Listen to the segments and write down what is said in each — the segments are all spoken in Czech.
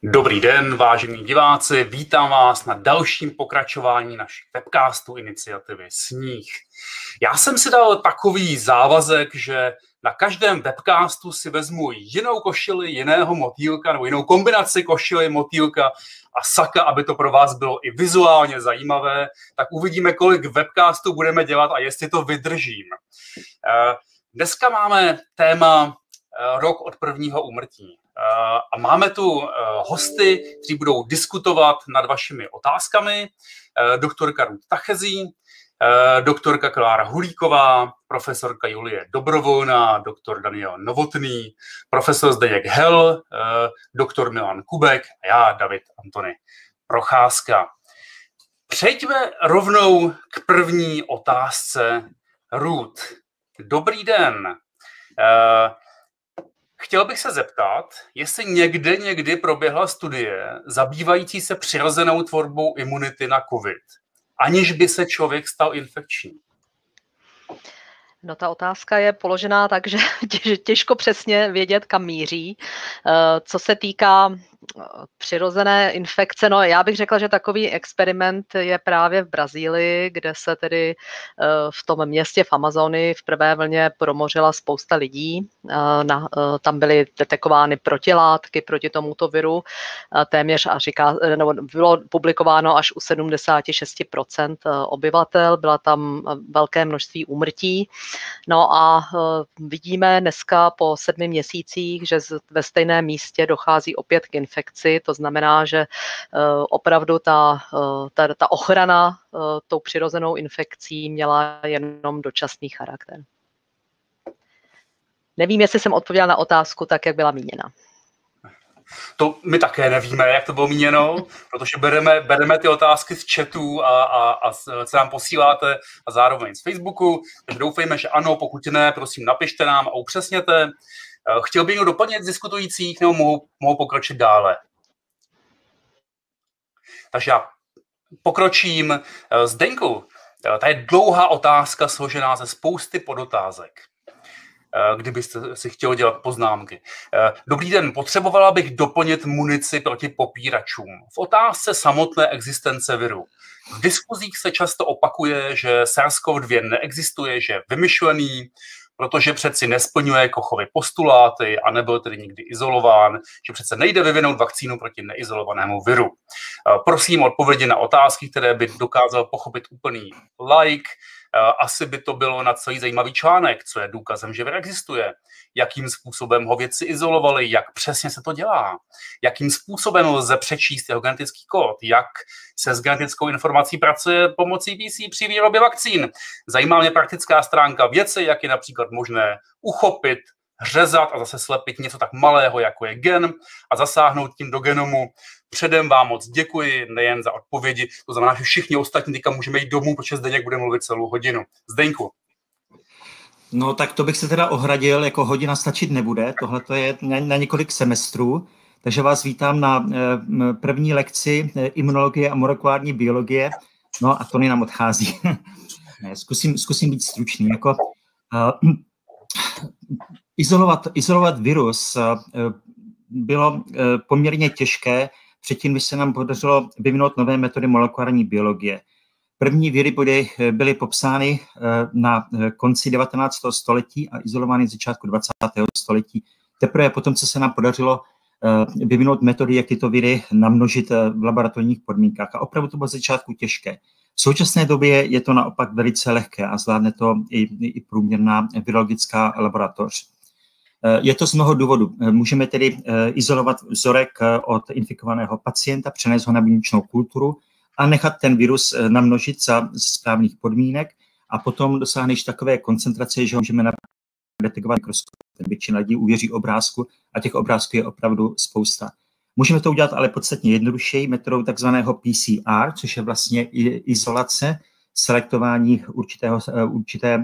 Dobrý den, vážení diváci, vítám vás na dalším pokračování našich webcastů iniciativy Sníh. Já jsem si dal takový závazek, že na každém webcastu si vezmu jinou košili, jiného motýlka nebo jinou kombinaci košily, motýlka a saka, aby to pro vás bylo i vizuálně zajímavé, tak uvidíme, kolik webcastů budeme dělat a jestli to vydržím. Dneska máme téma rok od prvního úmrtí. A máme tu hosty, kteří budou diskutovat nad vašimi otázkami. Doktorka Ruth Tachezí, doktorka Klára Hulíková, profesorka Julie Dobrovolná, doktor Daniel Novotný, profesor Zdeněk Hel, doktor Milan Kubek a já, David Antony Procházka. Přejďme rovnou k první otázce. Ruth, dobrý den. Chtěl bych se zeptat, jestli někdy proběhla studie zabývající se přirozenou tvorbou imunity na COVID, aniž by se člověk stal infekční. No, ta otázka je položená tak, že těžko přesně vědět, kam míří. Co se týká přirozené infekce, no já bych řekla, že takový experiment je právě v Brazílii, kde se tedy v tom městě v Amazonii v prvé vlně promořila spousta lidí. Tam byly detekovány protilátky proti tomuto viru, téměř bylo publikováno až u 76% obyvatel, byla tam velké množství úmrtí. No a vidíme dneska po 7 měsících, že ve stejném místě dochází opět k infekci, to znamená, že opravdu ta ochrana tou přirozenou infekcí měla jenom dočasný charakter. Nevím, jestli jsem odpověděla na otázku tak, jak byla míněna. To my také nevíme, jak to bylo míněno, protože bereme ty otázky z chatu a co nám posíláte a zároveň z Facebooku, takže doufejme, že ano, pokud ne, prosím napište nám a upřesněte. Chtěl bych někdo doplnit z diskutujících, nebo mohu pokročit dále? Takže já pokročím. Zdeňku, to je dlouhá otázka složená ze spousty podotázek, kdybyste si chtěl dělat poznámky. Dobrý den, potřebovala bych doplnit munici proti popíračům. V otázce samotné existence viru. V diskuzích se často opakuje, že SARS-CoV-2 neexistuje, že je vymyšlený, protože přeci nesplňuje Kochovy postuláty a nebyl tedy nikdy izolován, že přece nejde vyvinout vakcínu proti neizolovanému viru. Prosím odpovědi na otázky, které by dokázal pochopit úplný laik. Asi by to bylo na celý zajímavý článek, co je důkazem, že vir existuje, jakým způsobem ho vědci izolovali, jak přesně se to dělá, jakým způsobem lze přečíst jeho genetický kód, jak se s genetickou informací pracuje pomocí PC při výrobě vakcín. Zajímá mě praktická stránka věci, jak je například možné uchopit, řezat a zase slepit něco tak malého, jako je gen a zasáhnout tím do genomu. Předem vám moc děkuji, nejen za odpovědi, to znamená, že všichni ostatní teďka můžeme jít domů, protože Zdeněk bude mluvit celou hodinu. Zdeňku. No tak to bych se teda ohradil, jako hodina stačit nebude, tohle to je na několik semestrů, takže vás vítám na první lekci imunologie a molekulární biologie, no a Tony nám odchází. Zkusím být stručný, jako izolovat virus bylo poměrně těžké, předtím, když se nám podařilo vyvinout nové metody molekulární biologie. První viry byly popsány na konci 19. století a izolovány z začátku 20. století. Teprve potom, co se nám podařilo vyvinout metody, jak tyto viry namnožit v laboratorních podmínkách. A opravdu to bylo z začátku těžké. V současné době je to naopak velice lehké a zvládne to i průměrná virologická laboratoř. Je to z mnoho důvodů. Můžeme tedy izolovat vzorek od infikovaného pacienta, přenést ho na buněčnou kulturu a nechat ten virus namnožit za správných podmínek a potom dosáhneš takové koncentrace, že ho můžeme detekovat mikroskopem. Většina lidí uvěří obrázku a těch obrázků je opravdu spousta. Můžeme to udělat ale podstatně jednodušeji metodou takzvaného PCR, což je vlastně izolace, selektování určité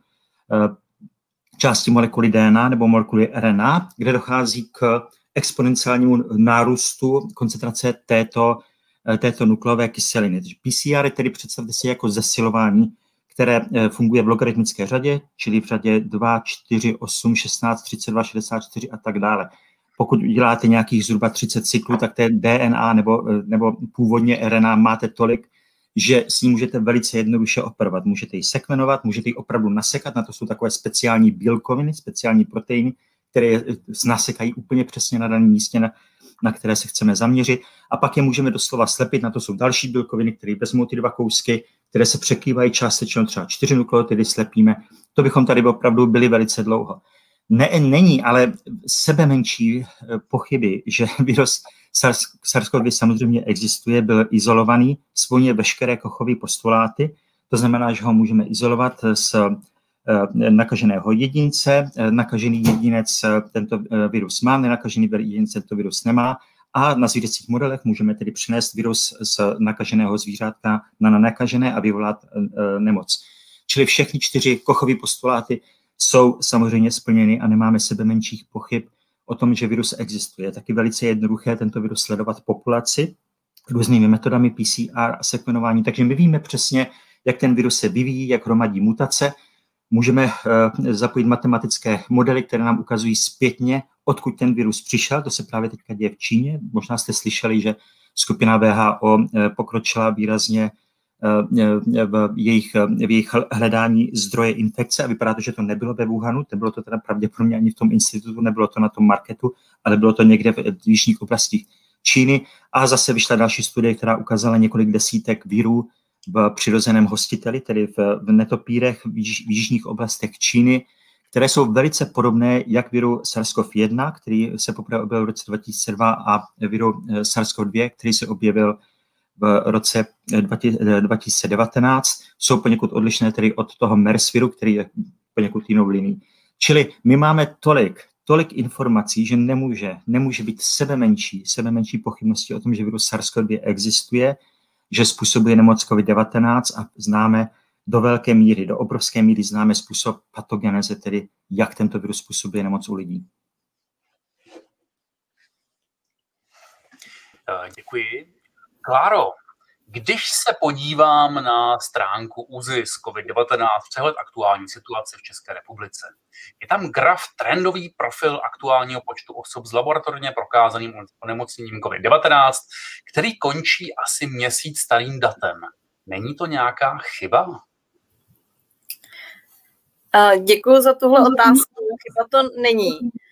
části molekuly DNA nebo molekuly RNA, kde dochází k exponenciálnímu nárůstu koncentrace této nukleové kyseliny. PCR je tedy, představte si, jako zesilování, které funguje v logaritmické řadě, čili v řadě 2, 4, 8, 16, 32, 64 a tak dále. pokud uděláte nějakých zhruba 30 cyklů, tak té DNA nebo původně RNA máte tolik, že s ní můžete velice jednoduše operovat. Můžete ji sekvenovat, můžete ji opravdu nasekat, na to jsou takové speciální bílkoviny, speciální proteiny, které nasekají úplně přesně na daném místě, na které se chceme zaměřit. A pak je můžeme doslova slepit, na to jsou další bílkoviny, které vezmou ty 2 kousky, které se překrývají částečně, třeba 4 nukleotidy slepíme. To bychom tady opravdu byli velice dlouho. Není ale sebemenší pochyby, že virus SARS-CoV-2 samozřejmě existuje, byl izolovaný, splňuje veškeré Kochové postuláty, to znamená, že ho můžeme izolovat z nakaženého jedince, nakažený jedinec tento virus má, nenakažený jedinec tento virus nemá a na zvířecích modelech můžeme tedy přinést virus z nakaženého zvířátka na nenakažené a vyvolat nemoc. Čili všechny 4 Kochové postuláty jsou samozřejmě splněny a nemáme sebemenších pochyb o tom, že virus existuje. Je taky velice jednoduché tento virus sledovat v populaci různými metodami PCR a sekvenování, takže my víme přesně, jak ten virus se vyvíjí, jak hromadí mutace. Můžeme zapojit matematické modely, které nám ukazují zpětně, odkud ten virus přišel. To se právě teďka děje v Číně. Možná jste slyšeli, že skupina WHO pokročila výrazně v jejich hledání zdroje infekce a vypadá to, že to nebylo ve Wuhanu, nebylo to teda pravděpodobně ani v tom institutu, nebylo to na tom marketu, ale bylo to někde v jižních oblastích Číny a zase vyšla další studie, která ukázala několik desítek virů v přirozeném hostiteli, tedy v netopírech v jižních oblastech Číny, které jsou velice podobné jak viru SARS-CoV-1, který se poprvé objevil v roce 2002 a viru SARS-CoV-2, který se objevil v roce 2019, jsou poněkud odlišné tedy od toho MERS viru, který je poněkud jinou linií. Čili my máme tolik informací, že nemůže být sebemenší pochybnosti o tom, že virus SARS-CoV-2 existuje, že způsobuje nemoc COVID-19 a známe do velké míry, do obrovské míry známe způsob patogeneze, tedy jak tento virus způsobuje nemoc u lidí. Děkuji. Kláro, když se podívám na stránku ÚZIS COVID-19, přehled aktuální situace v České republice, je tam graf trendový profil aktuálního počtu osob s laboratorně prokázaným onemocněním COVID-19, který končí asi měsíc starým datem. Není to nějaká chyba? Děkuji za tuhle otázku. Chyba to není.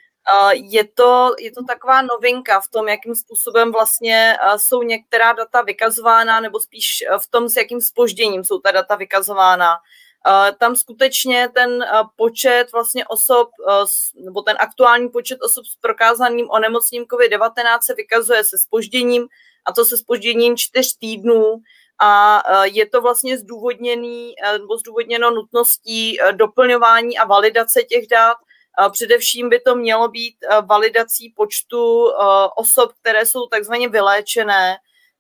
Je to taková novinka v tom, jakým způsobem vlastně jsou některá data vykazována, nebo spíš v tom, s jakým zpožděním jsou ta data vykazována. Tam skutečně ten počet vlastně osob, nebo ten aktuální počet osob s prokázaným onemocněním COVID-19 se vykazuje se zpožděním, a to se zpožděním 4 týdnů. A je to vlastně zdůvodněno nutností doplňování a validace těch dat. Především by to mělo být validací počtu osob, které jsou takzvaně vyléčené.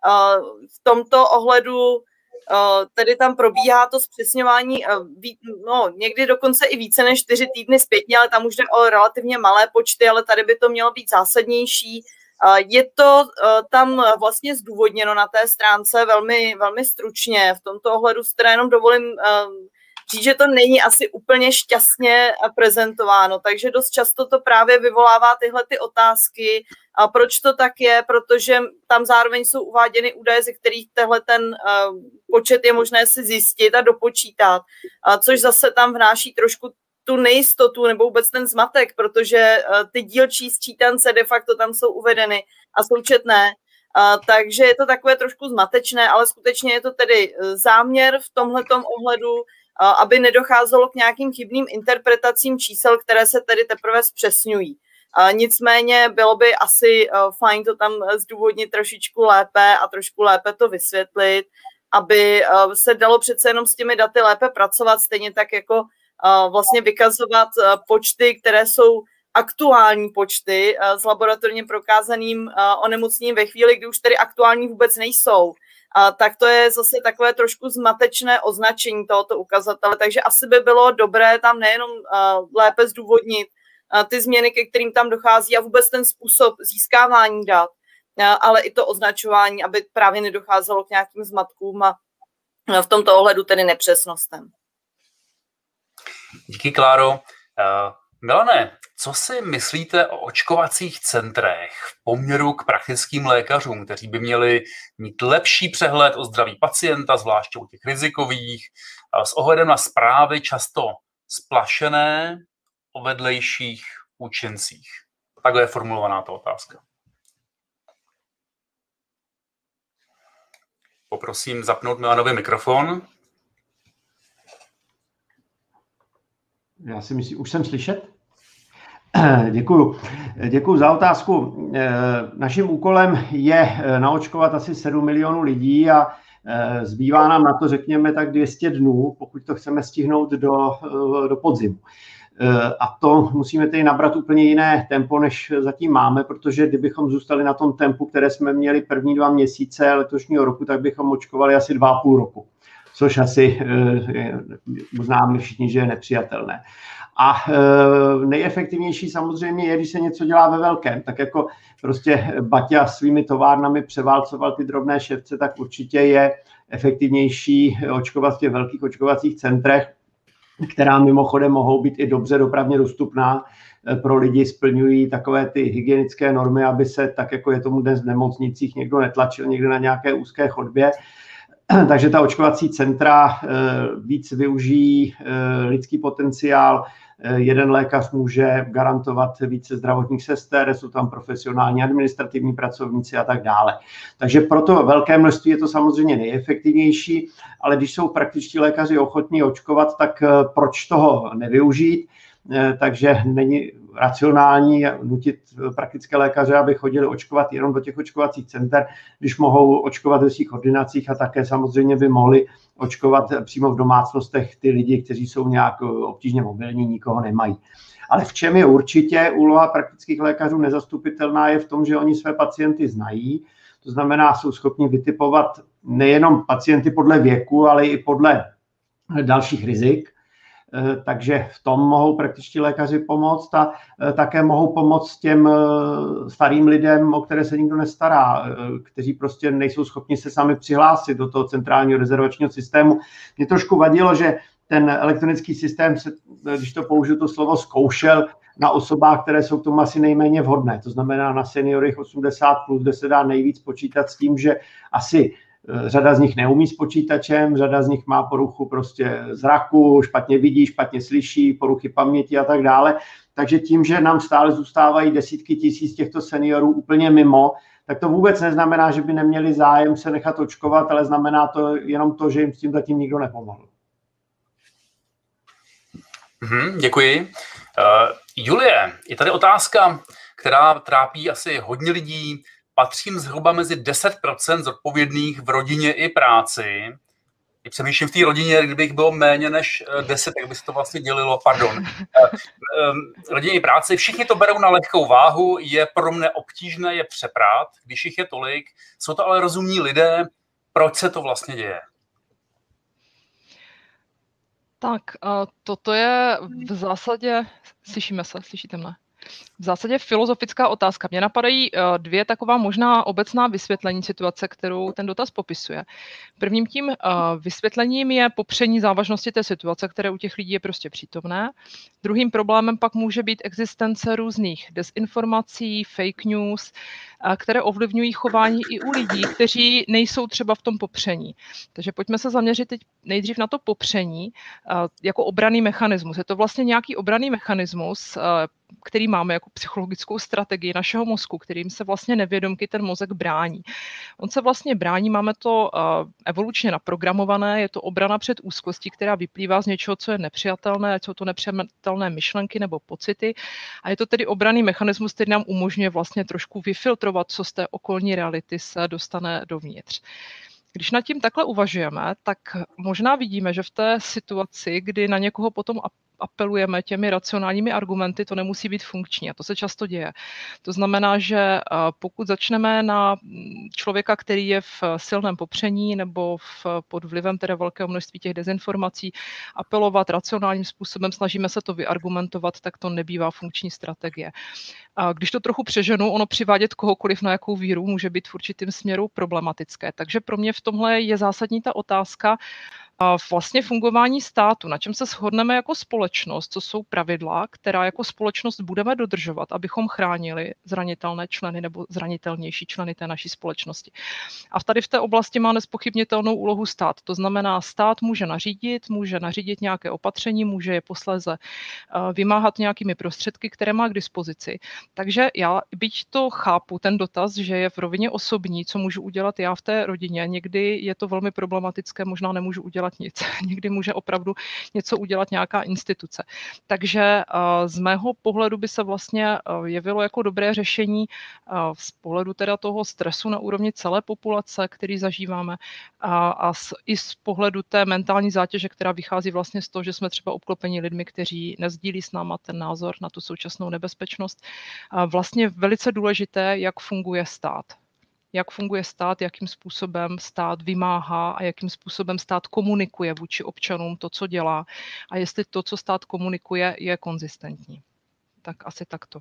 V tomto ohledu tedy tam probíhá to zpřesňování, někdy dokonce i více než 4 týdny zpětně, ale tam už jde o relativně malé počty, ale tady by to mělo být zásadnější. Je to tam vlastně zdůvodněno na té stránce velmi, velmi stručně. V tomto ohledu si teda jenom dovolím říct, že to není asi úplně šťastně prezentováno, takže dost často to právě vyvolává tyhle ty otázky. A proč to tak je? Protože tam zároveň jsou uváděny údaje, ze kterých ten počet je možné si zjistit a dopočítat, což zase tam vnáší trošku tu nejistotu nebo vůbec ten zmatek, protože ty dílčí sčítance de facto tam jsou uvedeny a jsou četné. Takže je to takové trošku zmatečné, ale skutečně je to tedy záměr v tomhletom ohledu, aby nedocházelo k nějakým chybným interpretacím čísel, které se tedy teprve zpřesňují. Nicméně bylo by asi fajn to tam zdůvodnit trošičku lépe a trošku lépe to vysvětlit, aby se dalo přece jenom s těmi daty lépe pracovat, stejně tak jako vlastně vykazovat počty, které jsou aktuální počty s laboratorně prokázaným onemocněním ve chvíli, kdy už tedy aktuální vůbec nejsou. Tak to je zase takové trošku zmatečné označení tohoto ukazatele, takže asi by bylo dobré tam nejenom lépe zdůvodnit ty změny, ke kterým tam dochází a vůbec ten způsob získávání dat, ale i to označování, aby právě nedocházelo k nějakým zmatkům a v tomto ohledu tedy nepřesnostem. Díky, Kláro. Milane, co si myslíte o očkovacích centrech v poměru k praktickým lékařům, kteří by měli mít lepší přehled o zdraví pacienta, zvláště u těch rizikových, s ohledem na zprávy často splašené o vedlejších účincích? Takhle je formulovaná ta otázka. Poprosím zapnout Milanovi mikrofon. Já si myslím, už jsem slyšet? Děkuju za otázku. Naším úkolem je naočkovat asi 7 milionů lidí a zbývá nám na to, řekněme, tak 200 dnů, pokud to chceme stihnout do podzimu. A to musíme tedy nabrat úplně jiné tempo, než zatím máme, protože kdybychom zůstali na tom tempu, které jsme měli první 2 měsíce letošního roku, tak bychom očkovali asi 2,5 roku, což asi uznáme všichni, že je nepřijatelné. A nejefektivnější samozřejmě je, když se něco dělá ve velkém, tak jako prostě Baťa svými továrnami převálcoval ty drobné ševce, tak určitě je efektivnější očkovat v těch velkých očkovacích centrech, která mimochodem mohou být i dobře dopravně dostupná pro lidi, splňují takové ty hygienické normy, aby se, tak jako je tomu dnes v nemocnicích, někdo netlačil někde na nějaké úzké chodbě. Takže ta očkovací centra víc využijí lidský potenciál. Jeden lékař může garantovat více zdravotních sester, jsou tam profesionální administrativní pracovníci a tak dále. Takže pro to velké množství je to samozřejmě nejefektivnější, ale když jsou praktičtí lékaři ochotní očkovat, tak proč toho nevyužít? Takže není racionální nutit praktické lékaře, aby chodili očkovat jenom do těch očkovacích center, když mohou očkovat ve svých ordinacích a také samozřejmě by mohli očkovat přímo v domácnostech ty lidi, kteří jsou nějak obtížně mobilní, nikoho nemají. Ale v čem je určitě úloha praktických lékařů nezastupitelná, je v tom, že oni své pacienty znají, to znamená, jsou schopni vytipovat nejenom pacienty podle věku, ale i podle dalších rizik. Takže v tom mohou praktičtí lékaři pomoct a také mohou pomoct těm starým lidem, o které se nikdo nestará, kteří prostě nejsou schopni se sami přihlásit do toho centrálního rezervačního systému. Mě trošku vadilo, že ten elektronický systém, když to použiju to slovo, zkoušel na osobách, které jsou k tomu asi nejméně vhodné. To znamená na seniorech 80+, kde se dá nejvíc počítat s tím, že asi řada z nich neumí s počítačem, řada z nich má poruchu prostě zraku, špatně vidí, špatně slyší, poruchy paměti a tak dále. Takže tím, že nám stále zůstávají desítky tisíc těchto seniorů úplně mimo, tak to vůbec neznamená, že by neměli zájem se nechat očkovat, ale znamená to jenom to, že jim s tím zatím nikdo nepomohl. Děkuji. Julie, je tady otázka, která trápí asi hodně lidí. Patřím zhruba mezi 10% zodpovědných v rodině i práci. I přemýšlím v té rodině, kdybych bylo méně než 10, tak by se to vlastně dělilo, rodině i práci, všichni to berou na lehkou váhu, je pro mne obtížné je přeprát, když jich je tolik, jsou to ale rozumní lidé, proč se to vlastně děje? Tak, toto je v zásadě, slyšíte mne? V zásadě filozofická otázka. Mně napadají 2 taková možná obecná vysvětlení situace, kterou ten dotaz popisuje. Prvním tím vysvětlením je popření závažnosti té situace, které u těch lidí je prostě přítomné. Druhým problémem pak může být existence různých dezinformací, fake news, které ovlivňují chování i u lidí, kteří nejsou třeba v tom popření. Takže pojďme se zaměřit teď nejdřív na to popření jako obranný mechanismus. Je to vlastně nějaký obranný mechanismus, který máme jako psychologickou strategii našeho mozku, kterým se vlastně nevědomky ten mozek brání. On se vlastně brání, máme to evolučně naprogramované, je to obrana před úzkostí, která vyplývá z něčeho, co je nepřijatelné, ať jsou to nepřijatelné myšlenky nebo pocity. A je to tedy obranný mechanismus, který nám umožňuje vlastně trošku vyfiltrovat, co z té okolní reality se dostane dovnitř. Když nad tím takhle uvažujeme, tak možná vidíme, že v té situaci, kdy na někoho potom apelujeme těmi racionálními argumenty, to nemusí být funkční a to se často děje. To znamená, že pokud začneme na člověka, který je v silném popření nebo pod vlivem teda velkého množství těch dezinformací, apelovat racionálním způsobem, snažíme se to vyargumentovat, tak to nebývá funkční strategie. A když to trochu přeženu, ono přivádět kohokoliv na jakou víru může být v určitém směru problematické. Takže pro mě v tomhle je zásadní ta otázka, vlastně fungování státu, na čem se shodneme jako společnost, co jsou pravidla, která jako společnost budeme dodržovat, abychom chránili zranitelné členy nebo zranitelnější členy té naší společnosti. A tady v té oblasti má nezpochybnitelnou úlohu stát. To znamená, stát může nařídit nějaké opatření, může je posléze vymáhat nějakými prostředky, které má k dispozici. Takže já, byť to chápu, ten dotaz, že je v rovině osobní, co můžu udělat já v té rodině, někdy je to velmi problematické, možná nemůžu udělat nic. Někdy může opravdu něco udělat nějaká instituce. Takže z mého pohledu by se vlastně jevilo jako dobré řešení z pohledu teda toho stresu na úrovni celé populace, který zažíváme, a i z pohledu té mentální zátěže, která vychází vlastně z toho, že jsme třeba obklopeni lidmi, kteří nezdílí s náma ten názor na tu současnou nebezpečnost. Vlastně velice důležité, jak funguje stát. Jak funguje stát, jakým způsobem stát vymáhá a jakým způsobem stát komunikuje vůči občanům to, co dělá. A jestli to, co stát komunikuje, je konzistentní. Tak asi takto.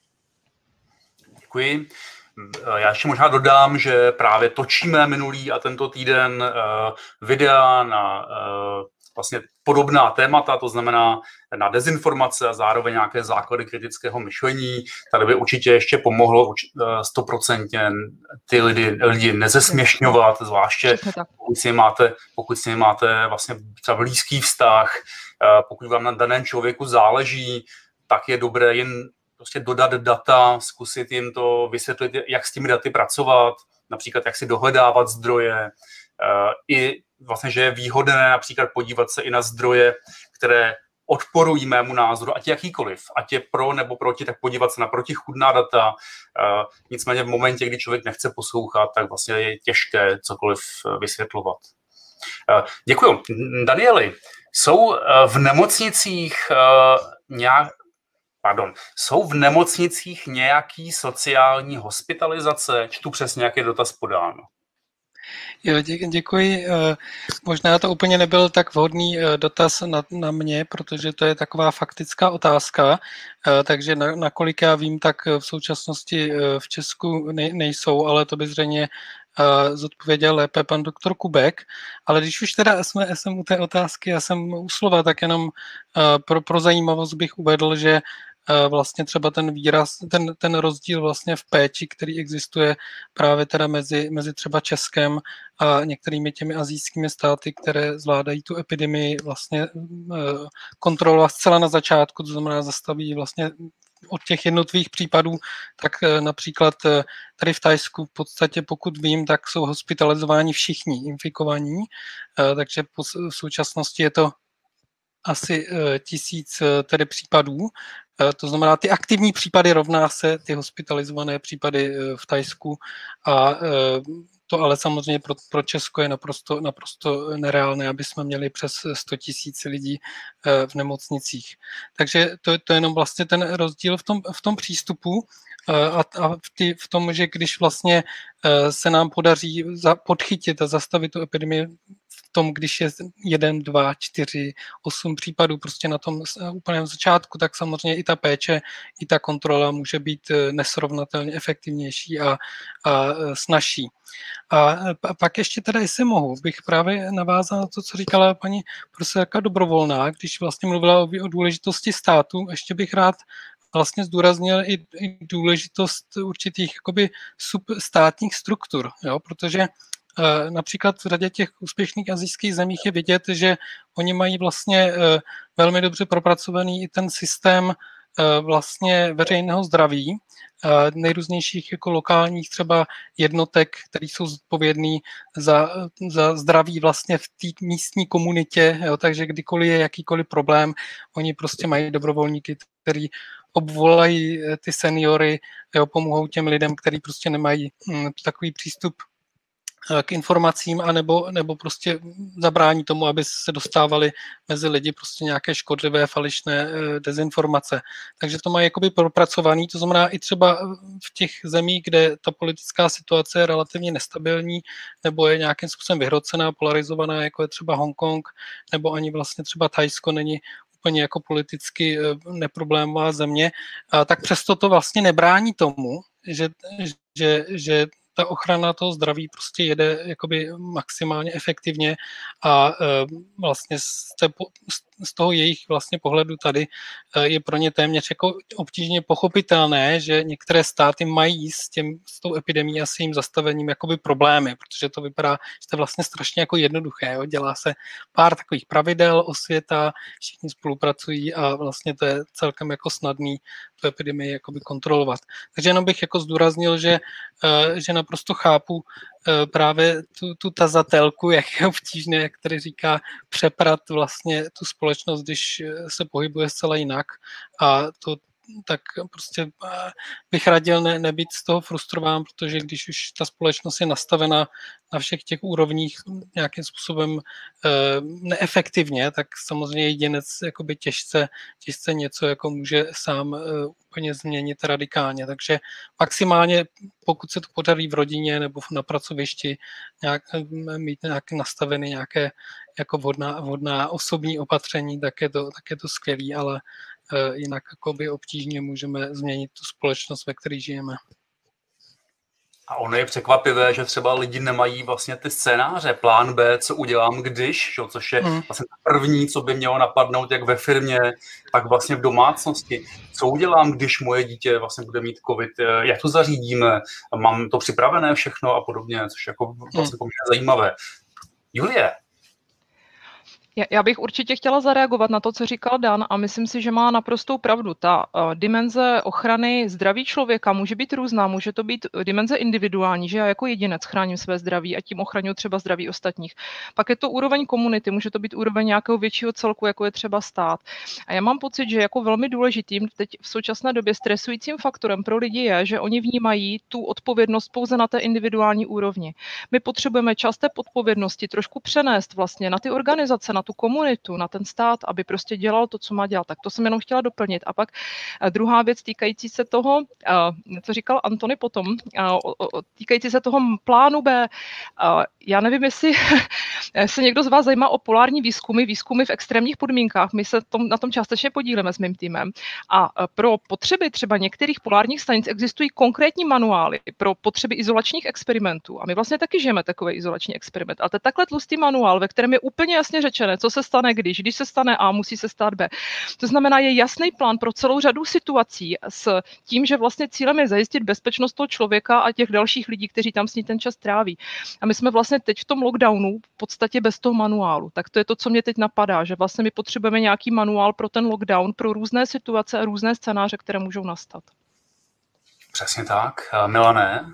Děkuji. Já ještě možná dodám, že právě točíme minulý a tento týden videa na vlastně podobná témata, to znamená na dezinformace a zároveň nějaké základy kritického myšlení. Tady by určitě ještě pomohlo 100% ty lidi nezesměšňovat, zvláště pokud s nimi máte vlastně třeba blízký vztah, pokud vám na daném člověku záleží, tak je dobré jen prostě dodat data, zkusit jim to vysvětlit, jak s těmi daty pracovat, například jak si dohledávat zdroje, i vlastně, že je výhodné například podívat se i na zdroje, které odporují mému názoru, ať jakýkoliv, ať je pro nebo proti, tak podívat se na protichůdná data. Nicméně v momentě, kdy člověk nechce poslouchat, tak vlastně je těžké cokoliv vysvětlovat. Děkuju. Danieli, jsou v nemocnicích nějaký sociální hospitalizace? Čtu přesně, jak je dotaz podán. Jo, děkuji. Možná to úplně nebyl tak vhodný dotaz na mě, protože to je taková faktická otázka, takže nakolik já vím, tak v současnosti v Česku nejsou, ale to by zřejmě zodpověděl lépe pan doktor Kubek. Ale když už teda jsem u té otázky, já jsem u slova, tak jenom pro zajímavost bych uvedl, že vlastně třeba ten výraz, ten rozdíl vlastně v péči, který existuje právě teda mezi třeba Českem a některými těmi asijskými státy, které zvládají tu epidemii vlastně kontrolovat zcela na začátku, to znamená zastaví vlastně od těch jednotlivých případů, tak například tady v Thajsku v podstatě, pokud vím, tak jsou hospitalizováni všichni infikovaní, takže v současnosti je to asi 1000 tedy případů. To znamená, ty aktivní případy rovná se ty hospitalizované případy v Thajsku a to ale samozřejmě pro Česko je naprosto nereálné, aby jsme měli přes 100 000 lidí v nemocnicích. Takže to je jenom vlastně ten rozdíl v tom přístupu a v tom, že když vlastně se nám podaří podchytit a zastavit tu epidemii v tom, když je 1, 2, 4, 8 případů prostě na tom úplném začátku, tak samozřejmě i ta péče, i ta kontrola může být nesrovnatelně efektivnější a snazší. A pak ještě teda, jestli mohu, bych právě navázal na to, co říkala paní profesorka Dobrovolná, když vlastně mluvila o důležitosti státu, ještě bych rád vlastně zdůraznil i důležitost určitých jakoby substátních struktur, jo, protože například v řadě těch úspěšných asijských zemích je vidět, že oni mají vlastně velmi dobře propracovaný i ten systém vlastně veřejného zdraví, nejrůznějších jako lokálních třeba jednotek, které jsou zodpovědný za zdraví vlastně v té místní komunitě, jo, takže kdykoliv je jakýkoliv problém, oni prostě mají dobrovolníky, který obvolají ty seniory, jo, pomohou těm lidem, kteří prostě nemají takový přístup k informacím, nebo prostě zabrání tomu, aby se dostávaly mezi lidi prostě nějaké škodlivé, falešné dezinformace. Takže to mají jakoby propracovaný, to znamená i třeba v těch zemích, kde ta politická situace je relativně nestabilní, nebo je nějakým způsobem vyhrocená, polarizovaná, jako je třeba Hongkong, nebo ani vlastně třeba Thajsko není úplně jako politicky neproblémová země, tak přesto to vlastně nebrání tomu, že ta ochrana toho zdraví prostě jede jakoby maximálně efektivně a vlastně z toho jejich vlastně pohledu tady je pro ně téměř jako obtížně pochopitelné, že některé státy mají s tou epidemií a s jejím zastavením jakoby problémy, protože to vypadá, že to je vlastně strašně jako jednoduché. Jo? Dělá se pár takových pravidel, osvěta, všichni spolupracují a vlastně to je celkem jako snadný tu epidemii jakoby kontrolovat. Takže jenom bych jako zdůraznil, že naprosto chápu právě tu tazatelku, jak je obtížné, jak tady říká, přeprat vlastně tu společnost, když se pohybuje zcela jinak a to tak prostě bych radil nebýt z toho frustrován, protože když už ta společnost je nastavena na všech těch úrovních nějakým způsobem neefektivně, tak samozřejmě jedinec jakoby těžce něco jako může sám úplně změnit radikálně. Takže maximálně, pokud se to podaří v rodině nebo na pracovišti mít nějaké nastaveny nějaké jako vhodná osobní opatření, tak je to skvělý, ale jinak jakoby obtížně můžeme změnit tu společnost, ve které žijeme. A ono je překvapivé, že třeba lidi nemají vlastně ty scénáře, plán B, co udělám když, což je vlastně první, co by mělo napadnout, jak ve firmě, tak vlastně v domácnosti. Co udělám, když moje dítě vlastně bude mít covid, jak to zařídíme, mám to připravené všechno a podobně, což je jako vlastně poměrně zajímavé. Julie. Já bych určitě chtěla zareagovat na to, co říkal Dan, a myslím si, že má naprostou pravdu. Ta dimenze ochrany zdraví člověka může být různá, může to být dimenze individuální, že já jako jedinec chráním své zdraví a tím ochraňuji třeba zdraví ostatních. Pak je to úroveň komunity, může to být úroveň nějakého většího celku, jako je třeba stát. A já mám pocit, že jako velmi důležitým teď v současné době stresujícím faktorem pro lidi je, že oni vnímají tu odpovědnost pouze na té individuální úrovni. My potřebujeme část té odpovědnosti trošku přenést vlastně na ty organizace, na tu komunitu, na ten stát, aby prostě dělal to, co má dělat. Tak to jsem jenom chtěla doplnit. A pak druhá věc týkající se toho, co říkal Antony potom, týkající se toho plánu B. Já nevím, jestli se někdo z vás zajímá o polární výzkumy v extrémních podmínkách. My se na tom částečně podílíme s mým týmem. A pro potřeby třeba některých polárních stanic existují konkrétní manuály pro potřeby izolačních experimentů. A my vlastně taky žijeme takový izolační experiment. Ale to je takhle tlustý manuál, ve kterém je úplně jasně řečené, co se stane když se stane A, musí se stát B. To znamená, je jasný plán pro celou řadu situací s tím, že vlastně cílem je zajistit bezpečnost toho člověka a těch dalších lidí, kteří tam s ní ten čas tráví. A my jsme vlastně teď v tom lockdownu v podstatě bez toho manuálu. Tak to je to, co mě teď napadá, že vlastně my potřebujeme nějaký manuál pro ten lockdown, pro různé situace a různé scénáře, které můžou nastat. Přesně tak. Milane?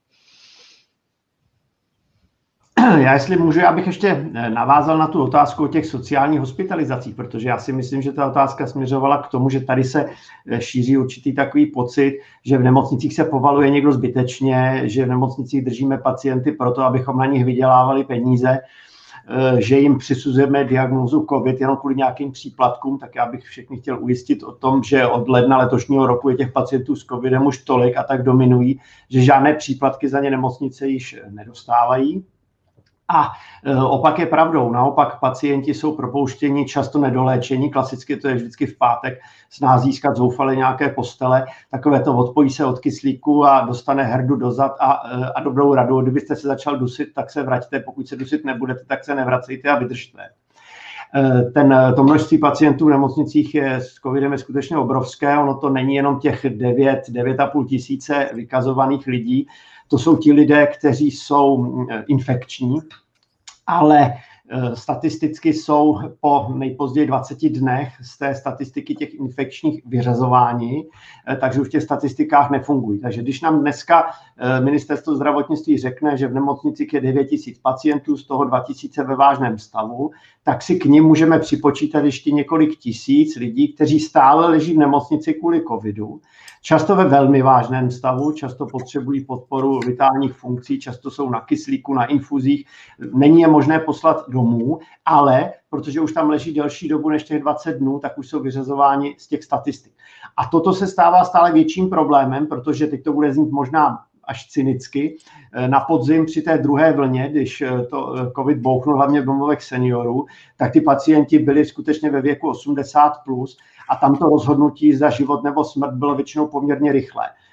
Já jestli můžu, já bych ještě navázal na tu otázku o těch sociálních hospitalizacích, protože já si myslím, že ta otázka směřovala k tomu, že tady se šíří určitý takový pocit, že v nemocnicích se povaluje někdo zbytečně, že v nemocnicích držíme pacienty proto, abychom na nich vydělávali peníze, že jim přisuzujeme diagnózu COVID jenom kvůli nějakým příplatkům, tak já bych všechny chtěl ujistit o tom, že od ledna letošního roku je těch pacientů s COVIDem už tolik a tak dominují, že žádné příplatky za ně nemocnice již nedostávají. A opak je pravdou. Naopak pacienti jsou propouštěni, často nedoléčení. Klasicky to je vždycky v pátek s nás získat zoufale nějaké postele. Takové to odpojí se od kyslíku a dostane herdu do zad a dobrou radu. Kdybyste se začal dusit, tak se vraťte. Pokud se dusit nebudete, tak se nevracejte a vydržte. To množství pacientů v nemocnicích s covidem je skutečně obrovské. Ono to není jenom těch 9,5 tisíce vykazovaných lidí. To jsou ti lidé, kteří jsou infekční, ale statisticky jsou po nejpozději 20 dnech z té statistiky těch infekčních vyřazováni, takže už v těch statistikách nefungují. Takže když nám dneska ministerstvo zdravotnictví řekne, že v nemocnicích je 9 000 pacientů, z toho 2 000 ve vážném stavu, tak si k nim můžeme připočítat ještě několik tisíc lidí, kteří stále leží v nemocnici kvůli covidu, často ve velmi vážném stavu, často potřebují podporu vitálních funkcí, často jsou na kyslíku, na infuzích, není je možné poslat domů, ale protože už tam leží delší dobu než těch 20 dnů, tak už jsou vyřazováni z těch statistik. A toto se stává stále větším problémem, protože teď to bude znít možná až cynicky. Na podzim při té druhé vlně, když to covid bouchnul hlavně v domovech seniorů, tak ty pacienti byli skutečně ve věku 80+, a tam to rozhodnutí za život nebo smrt bylo většinou poměrně rychlé.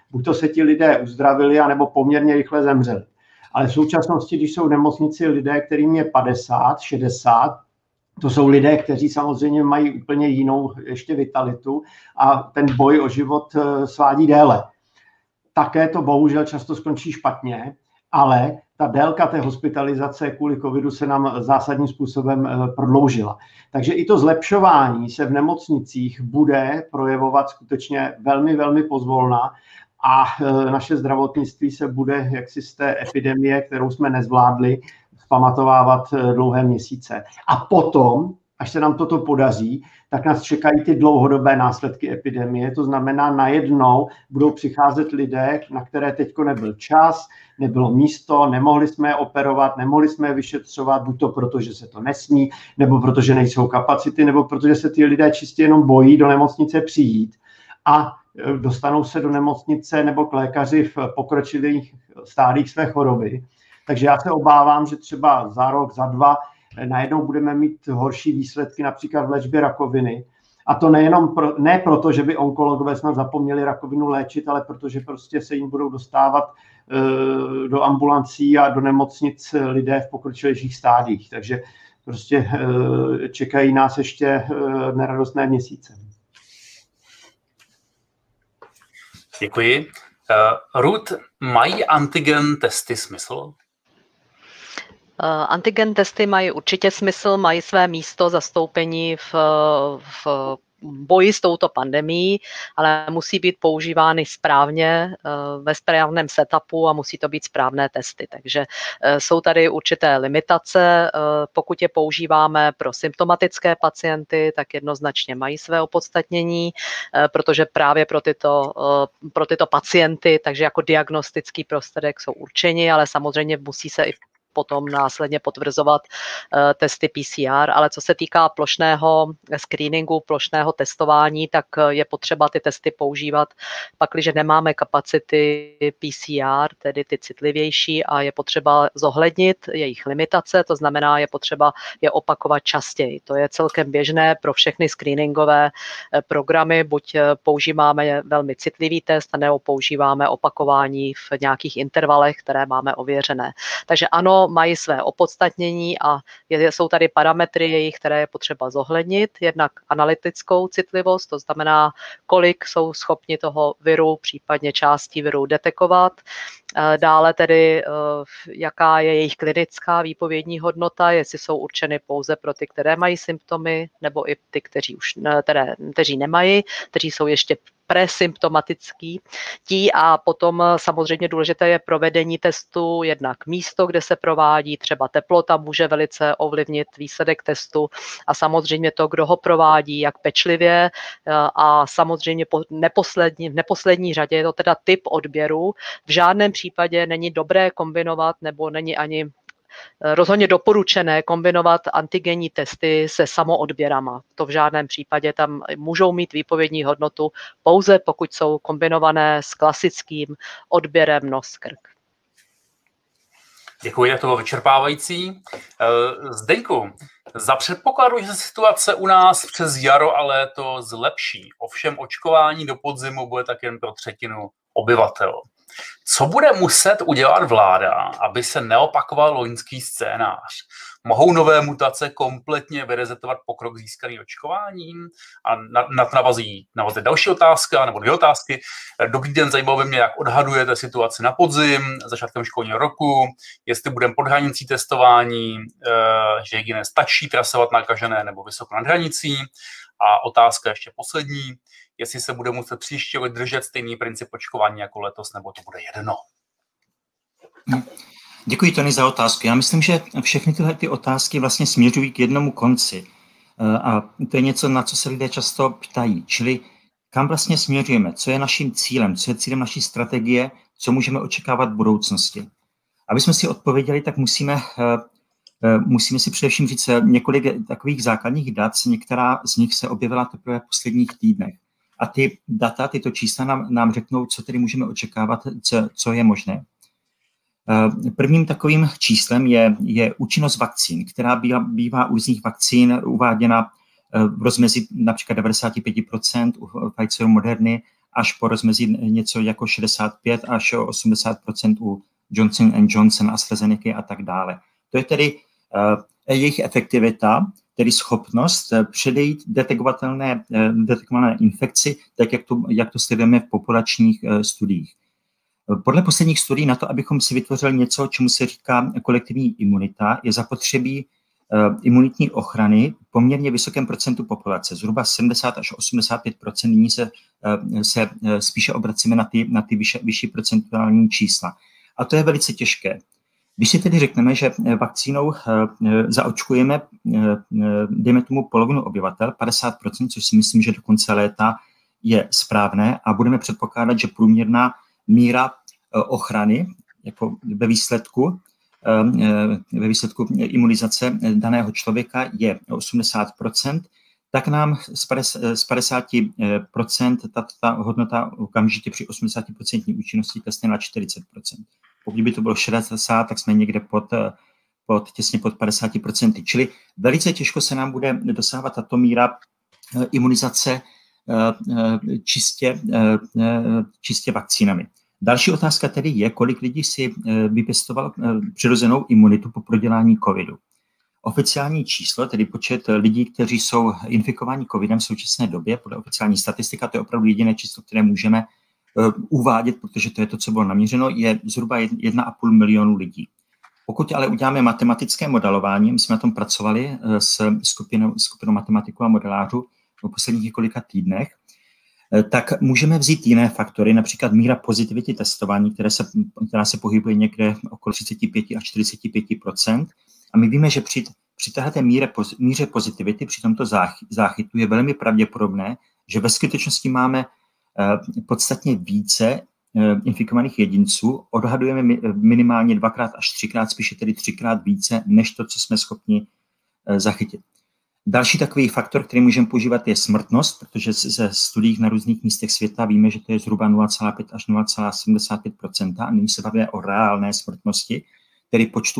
buď to se ti lidé uzdravili, anebo poměrně rychle zemřeli. Ale v současnosti, když jsou v nemocnici lidé, kterým je 50, 60, to jsou lidé, kteří samozřejmě mají úplně jinou ještě vitalitu a ten boj o život svádí déle. Také to bohužel často skončí špatně, ale ta délka té hospitalizace kvůli covidu se nám zásadním způsobem prodloužila. Takže i to zlepšování se v nemocnicích bude projevovat skutečně velmi, velmi pozvolna a naše zdravotnictví se bude jaksi z té epidemie, kterou jsme nezvládli, vzpamatovávat dlouhé měsíce. A potom, až se nám toto podaří, tak nás čekají ty dlouhodobé následky epidemie. To znamená, najednou budou přicházet lidé, na které teďko nebyl čas, nebylo místo, nemohli jsme je operovat, nemohli jsme je vyšetřovat, buď to proto, že se to nesmí, nebo protože nejsou kapacity, nebo protože se ty lidé čistě jenom bojí do nemocnice přijít a dostanou se do nemocnice nebo k lékaři v pokročilých stádiích své choroby. Takže já se obávám, že třeba za rok, za 2 najednou budeme mít horší výsledky například v léčbě rakoviny. A to ne proto, že by onkologové snad zapomněli rakovinu léčit, ale protože prostě se jim budou dostávat do ambulancí a do nemocnic lidé v pokročilejších stádiích. Takže prostě čekají nás ještě neradostné měsíce. Děkuji. Ruth, mají antigen testy smysl? Antigen testy mají určitě smysl, mají své místo, zastoupení v boji s touto pandemií, ale musí být používány správně, ve správném setupu a musí to být správné testy. Takže jsou tady určité limitace. Pokud je používáme pro symptomatické pacienty, tak jednoznačně mají své opodstatnění, protože právě pro tyto pacienty, takže jako diagnostický prostředek jsou určeni, ale samozřejmě musí se i potom následně potvrzovat testy PCR, ale co se týká plošného screeningu, plošného testování, tak je potřeba ty testy používat, pakliže nemáme kapacity PCR, tedy ty citlivější, a je potřeba zohlednit jejich limitace, to znamená, je potřeba je opakovat častěji. To je celkem běžné pro všechny screeningové programy, buď používáme velmi citlivý test, nebo používáme opakování v nějakých intervalech, které máme ověřené. Takže ano, mají své opodstatnění a jsou tady parametry jejich, které je potřeba zohlednit. Jednak analytickou citlivost, to znamená, kolik jsou schopni toho viru, případně části viru detekovat. Dále tedy, jaká je jejich klinická výpovědní hodnota, jestli jsou určeny pouze pro ty, které mají symptomy, nebo i ty, kteří nemají, kteří jsou ještě presymptomatický. A potom samozřejmě důležité je provedení testu, jednak místo, kde se provádí, třeba teplota může velice ovlivnit výsledek testu a samozřejmě to, kdo ho provádí, jak pečlivě a samozřejmě v neposlední řadě je to teda typ odběru. V žádném případě není dobré kombinovat nebo není ani rozhodně doporučené kombinovat antigenní testy se samoodběrama. To v žádném případě, tam můžou mít výpovědní hodnotu pouze pokud jsou kombinované s klasickým odběrem nos-krk. Děkuji, to bylo vyčerpávající. Zdeňku, za předpokladu, že se situace u nás přes jaro a léto zlepší, ovšem očkování do podzimu bude tak jen pro 1/3 obyvatel. Co bude muset udělat vláda, aby se neopakoval loňský scénář? Mohou nové mutace kompletně vyrezetovat pokrok získaný očkováním? A navazí další otázka, nebo 2 otázky. Dobrý den, zajímalo by mě, jak odhadujete situaci na podzim, začátkem školního roku, jestli budeme pod hranicí testování, že jediné stačí trasovat nakažené nebo vysoko nad hranicí. A otázka ještě poslední, jestli se bude muset příští rok držet stejný princip očkování jako letos, nebo to bude jedno. Děkuji, Tony, za otázku. Já myslím, že všechny tyhle ty otázky vlastně směřují k jednomu konci. A to je něco, na co se lidé často ptají. Čili kam vlastně směřujeme, co je naším cílem, co je cílem naší strategie, co můžeme očekávat v budoucnosti. Aby jsme si odpověděli, tak musíme si především říct několik takových základních dat, některá z nich se objevila teprve v posledních týdnech. A ty data, tyto čísla nám řeknou, co tedy můžeme očekávat, co je možné. Prvním takovým číslem je účinnost vakcín, která bývá u různých vakcín uváděna v rozmezí například 95% u Pfizeru, Moderny až po rozmezí něco jako 65 až 80% u Johnson & Johnson, AstraZeneca a tak dále. To je tedy jejich efektivita, tedy schopnost předejít detekovatelné infekci, tak jak to sledujeme v populačních studiích. Podle posledních studií na to, abychom si vytvořili něco, čemu se říká kolektivní imunita, je zapotřebí imunitní ochrany v poměrně vysokém procentu populace. Zhruba 70 až 85%, nyní se spíše obracíme na ty vyšší procentuální čísla. A to je velice těžké. Když si tedy řekneme, že vakcínou zaočkujeme, dejme tomu polovinu obyvatel, 50%, což si myslím, že do konce léta je správné, a budeme předpokládat, že průměrná míra ochrany jako ve výsledku imunizace daného člověka je 80%, tak nám z 50% ta hodnota okamžitě při 80% účinnosti klesne na 40%. Pokud by to bylo 60, tak jsme někde těsně pod 50%. Čili velice těžko se nám bude dosahovat tato míra imunizace čistě vakcínami. Další otázka tedy je, kolik lidí si vypěstovalo přirozenou imunitu po prodělání covidu. Oficiální číslo, tedy počet lidí, kteří jsou infikováni covidem v současné době, podle oficiální statistika, to je opravdu jediné číslo, které můžeme uvádět, protože to je to, co bylo naměřeno, je zhruba 1,5 milionu lidí. Pokud ale uděláme matematické modelování, my jsme na tom pracovali s skupinou matematiků a modelářů v posledních několika týdnech, tak můžeme vzít jiné faktory, například míra pozitivity testování, která se pohybuje někde okolo 35 až 45%. A my víme, že při této míře pozitivity, při tomto záchytu je velmi pravděpodobné, že ve skutečnosti máme podstatně více infikovaných jedinců, odhadujeme minimálně 2x až 3x, spíše tedy 3x více, než to, co jsme schopni zachytit. Další takový faktor, který můžeme používat, je smrtnost, protože ze studií na různých místech světa víme, že to je zhruba 0,5 až 0,75%, a nyní se bavíme o reálné smrtnosti, tedy počtu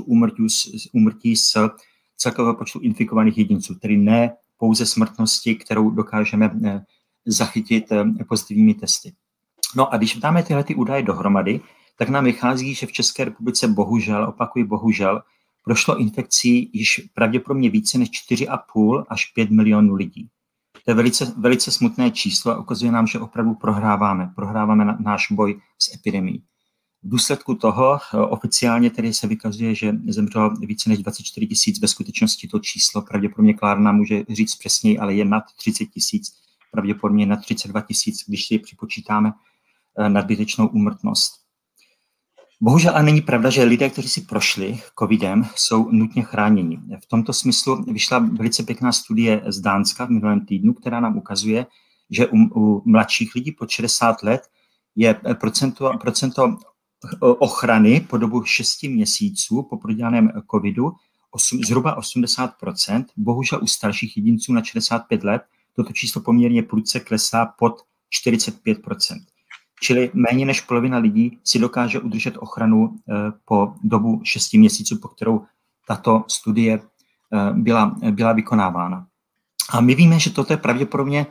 úmrtí z celkového počtu infikovaných jedinců, tedy ne pouze smrtnosti, kterou dokážeme zachytit pozitivními testy. No a když dáme tyhle údaje dohromady, tak nám vychází, že v České republice bohužel, prošlo infekcí již pravděpodobně více než 4,5 až 5 milionů lidí. To je velice smutné číslo a ukazuje nám, že opravdu prohráváme náš boj s epidemií. V důsledku toho oficiálně tedy se vykazuje, že zemřelo více než 24 000, ve skutečnosti to číslo pravděpodobně Klárna může říct přesněji, ale je nad 30 000, pravděpodobně nad 32 000, když si připočítáme nadbytečnou úmrtnost. Bohužel ale není pravda, že lidé, kteří si prošli covidem, jsou nutně chráněni. V tomto smyslu vyšla velice pěkná studie z Dánska v minulém týdnu, která nám ukazuje, že u mladších lidí pod 60 let je procento ochrany po dobu 6 měsíců po prodělaném covidu zhruba 80%. Bohužel u starších jedinců na 65 let toto číslo poměrně prudce klesá pod 45%. Čili méně než polovina lidí si dokáže udržet ochranu po dobu 6 měsíců, po kterou tato studie byla vykonávána. A my víme, že toto je pravděpodobně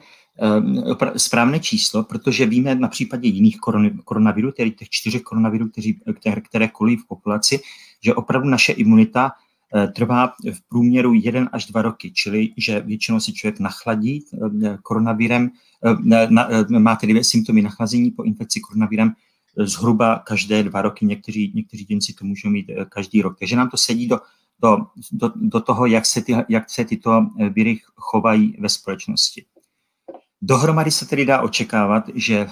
správné číslo, protože víme na případě jiných koronavirů, tedy těch 4 koronavirů, které kolují v populaci, že opravdu naše imunita trvá v průměru 1 až 2 roky, čili že většinou si člověk nachladí koronavirem, má tedy symptomy nachlazení po infekci koronavirem zhruba každé 2 roky, někteří jedinci to můžou mít každý rok. Takže nám to sedí do toho, jak se tyto viry chovají ve společnosti. Dohromady se tedy dá očekávat, že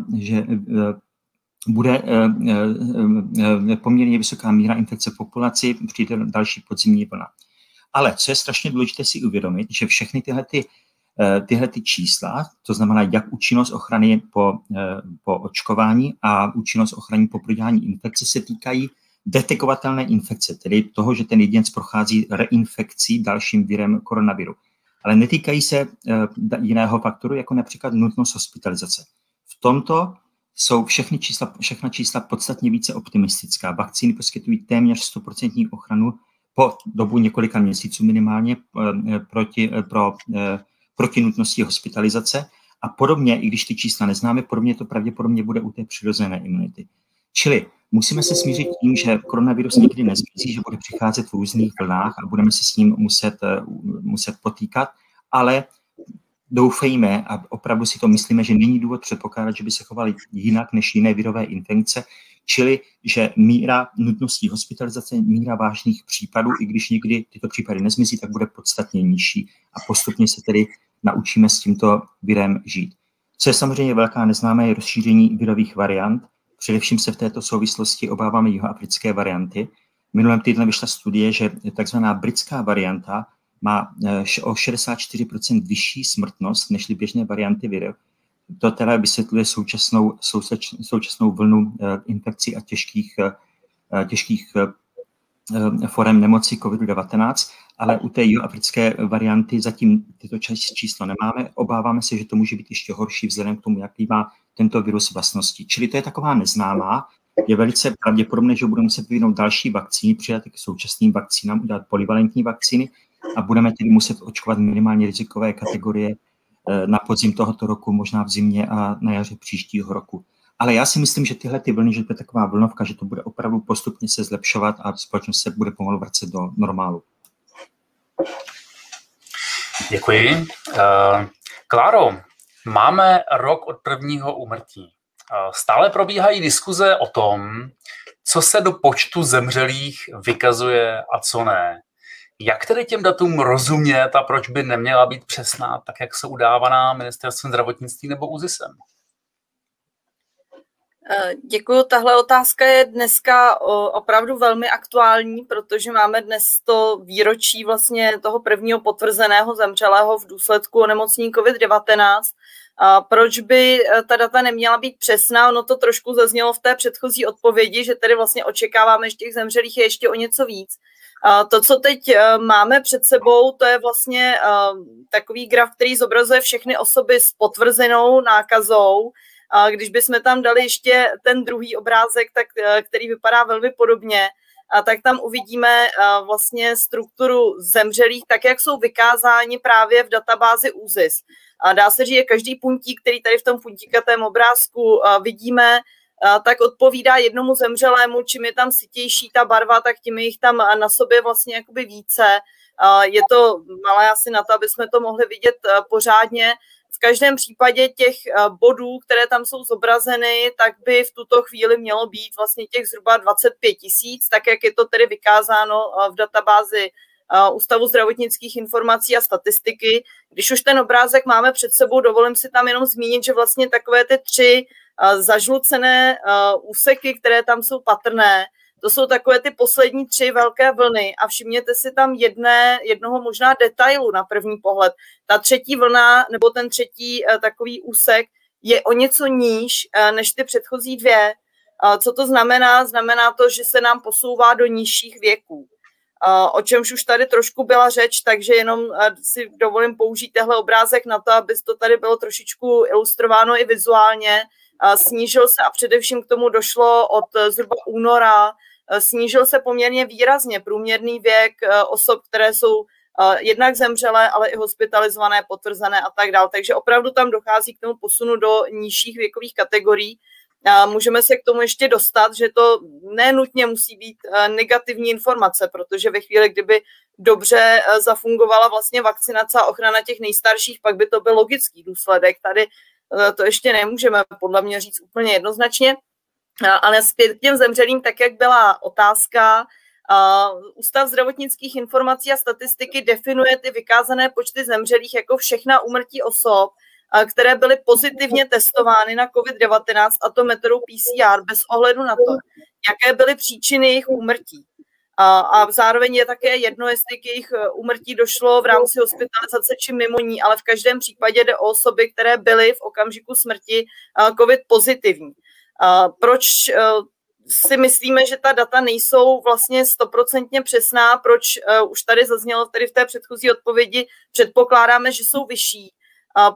bude poměrně vysoká míra infekce v populaci, přijde další podzimní vlna. Ale co je strašně důležité si uvědomit, že všechny tyhle čísla, to znamená jak účinnost ochrany po očkování a účinnost ochrany po prodělání infekce, se týkají detekovatelné infekce, tedy toho, že ten jedinec prochází reinfekcí dalším virem koronaviru. Ale netýkají se jiného faktoru, jako například nutnost hospitalizace. V tomto jsou všechna čísla podstatně více optimistická. Vakcíny poskytují téměř 100% ochranu po dobu několika měsíců minimálně proti nutnosti hospitalizace A podobně, i když ty čísla neznáme, podobně to pravděpodobně bude u té přirozené imunity. Čili musíme se smířit tím, že koronavirus nikdy nezmizí, že bude přicházet v různých vlnách a budeme se s ním muset potýkat, ale doufejme a opravdu si to myslíme, že není důvod předpokládat, že by se chovaly jinak než jiné virové infekce, čili že míra nutností hospitalizace, míra vážných případů, i když někdy tyto případy nezmizí, tak bude podstatně nižší a postupně se tedy naučíme s tímto virem žít. Co je samozřejmě velká neznámá, je rozšíření virových variant. Především se v této souvislosti obáváme jihoafrické varianty. Minulém týdnu vyšla studie, že takzvaná britská varianta má o 64% vyšší smrtnost než běžné varianty viru. To teda vysvětluje současnou vlnu infekcí a těžkých forem nemoci COVID-19, ale u té jihoafrické varianty zatím tyto číslo nemáme. Obáváme se, že to může být ještě horší vzhledem k tomu, jaký má tento virus vlastnosti. Čili to je taková neznámá. Je velice pravděpodobné, že budeme muset vyvinout další vakcíny, přidat k současným vakcínám, udělat polyvalentní vakcíny a budeme tedy muset očkovat minimálně rizikové kategorie na podzim tohoto roku, možná v zimě a na jaře příštího roku. Ale já si myslím, že tyhle vlny, že to je taková vlnovka, že to bude opravdu postupně se zlepšovat a společnost se bude pomalu vracet do normálu. Děkuji. Kláro, máme rok od prvního úmrtí. Stále probíhají diskuze o tom, co se do počtu zemřelých vykazuje a co ne. Jak tedy těm datům rozumět a proč by neměla být přesná, tak jak jsou udávaná ministerstvem zdravotnictví nebo ÚZISem? Děkuju. Tahle otázka je dneska opravdu velmi aktuální, protože máme dnes to výročí vlastně toho prvního potvrzeného zemřelého v důsledku onemocnění COVID-19. Proč by ta data neměla být přesná? Ono to trošku zaznělo v té předchozí odpovědi, že tedy vlastně očekáváme, že těch zemřelých je ještě o něco víc. To, co teď máme před sebou, to je vlastně takový graf, který zobrazuje všechny osoby s potvrzenou nákazou. Když bychom tam dali ještě ten druhý obrázek, který vypadá velmi podobně, tak tam uvidíme vlastně strukturu zemřelých, tak jak jsou vykázáni právě v databázi ÚZIS. Dá se říct, že každý puntík, který tady v tom puntíkatém obrázku vidíme, tak odpovídá jednomu zemřelému. Čím je tam sytější ta barva, tak tím je jich tam na sobě vlastně jakoby více. Je to malé asi na to, aby jsme to mohli vidět pořádně. V každém případě těch bodů, které tam jsou zobrazeny, tak by v tuto chvíli mělo být vlastně těch zhruba 25 000, tak jak je to tedy vykázáno v databázi Ústavu zdravotnických informací a statistiky. Když už ten obrázek máme před sebou, dovolím si tam jenom zmínit, že vlastně takové ty 3 zažlucené úseky, které tam jsou patrné, to jsou takové ty poslední 3 velké vlny a všimněte si tam jednoho možná detailu na první pohled. Ta třetí vlna nebo ten třetí takový úsek je o něco níž než ty předchozí 2. Co to znamená? Znamená to, že se nám posouvá do nižších věků. O čemž už tady trošku byla řeč, takže jenom si dovolím použít tehle obrázek na to, aby to tady bylo trošičku ilustrováno i vizuálně. Snížil se a především k tomu došlo od zhruba února, snížil se poměrně výrazně průměrný věk osob, které jsou jednak zemřelé, ale i hospitalizované, potvrzené a tak dále. Takže opravdu tam dochází k tomu posunu do nižších věkových kategorií. Můžeme se k tomu ještě dostat, že to nenutně musí být negativní informace, protože ve chvíli, kdyby dobře zafungovala vlastně vakcinace a ochrana těch nejstarších, pak by to byl logický důsledek. Tady to ještě nemůžeme podle mě říct úplně jednoznačně, ale zpět k těm zemřelým, tak jak byla otázka, Ústav zdravotnických informací a statistiky definuje ty vykázané počty zemřelých jako všechna úmrtí osob, které byly pozitivně testovány na COVID-19 a to metodou PCR bez ohledu na to, jaké byly příčiny jejich úmrtí. A zároveň je také jedno, jestli k jejich úmrtí došlo v rámci hospitalizace či mimo ní, ale v každém případě jde o osoby, které byly v okamžiku smrti COVID pozitivní. Proč si myslíme, že ta data nejsou vlastně 100% přesná, proč už tady zaznělo tady v té předchozí odpovědi, předpokládáme, že jsou vyšší,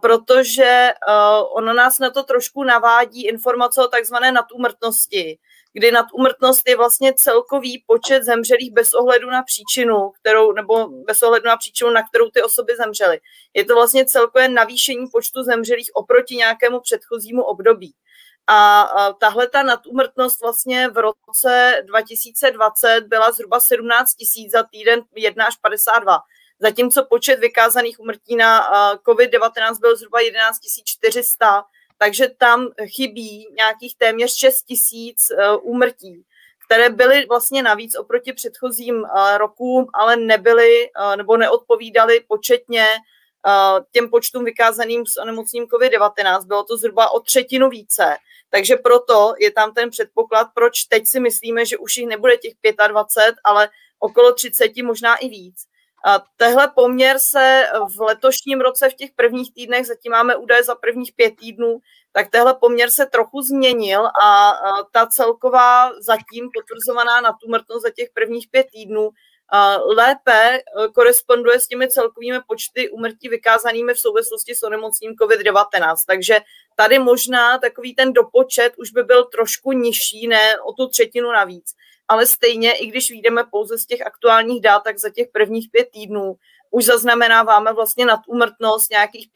protože ono nás na to trošku navádí informace o takzvané nadúmrtnosti, kdy nadúmrtnost je vlastně celkový počet zemřelých bez ohledu na příčinu, na kterou ty osoby zemřely. Je to vlastně celkové navýšení počtu zemřelých oproti nějakému předchozímu období. A tahle ta nadúmrtnost vlastně v roce 2020 byla zhruba 17 000 za týden 1 až 52. Zatímco počet vykázaných úmrtí na COVID-19 byl zhruba 11 400, takže tam chybí nějakých téměř 6 000 úmrtí, které byly vlastně navíc oproti předchozím rokům, ale nebyly nebo neodpovídaly početně těm počtům vykázaným s onemocněním COVID-19. Bylo to zhruba o 1/3 více. Takže proto je tam ten předpoklad, proč teď si myslíme, že už jich nebude těch 25, ale okolo 30, možná i víc. Tehle poměr se v letošním roce v těch prvních týdnech, zatím máme údaje za prvních 5 týdnů, tak tehle poměr se trochu změnil a ta celková zatím potvrzovaná nadúmrtnost za těch prvních 5 týdnů lépe koresponduje s těmi celkovými počty úmrtí vykázanými v souvislosti s onemocněním COVID-19. Takže tady možná takový ten dopočet už by byl trošku nižší, ne o tu 1/3 navíc. Ale stejně, i když vyjdeme pouze z těch aktuálních dat, tak za těch prvních 5 týdnů už zaznamenáváme vlastně nadúmrtnost nějakých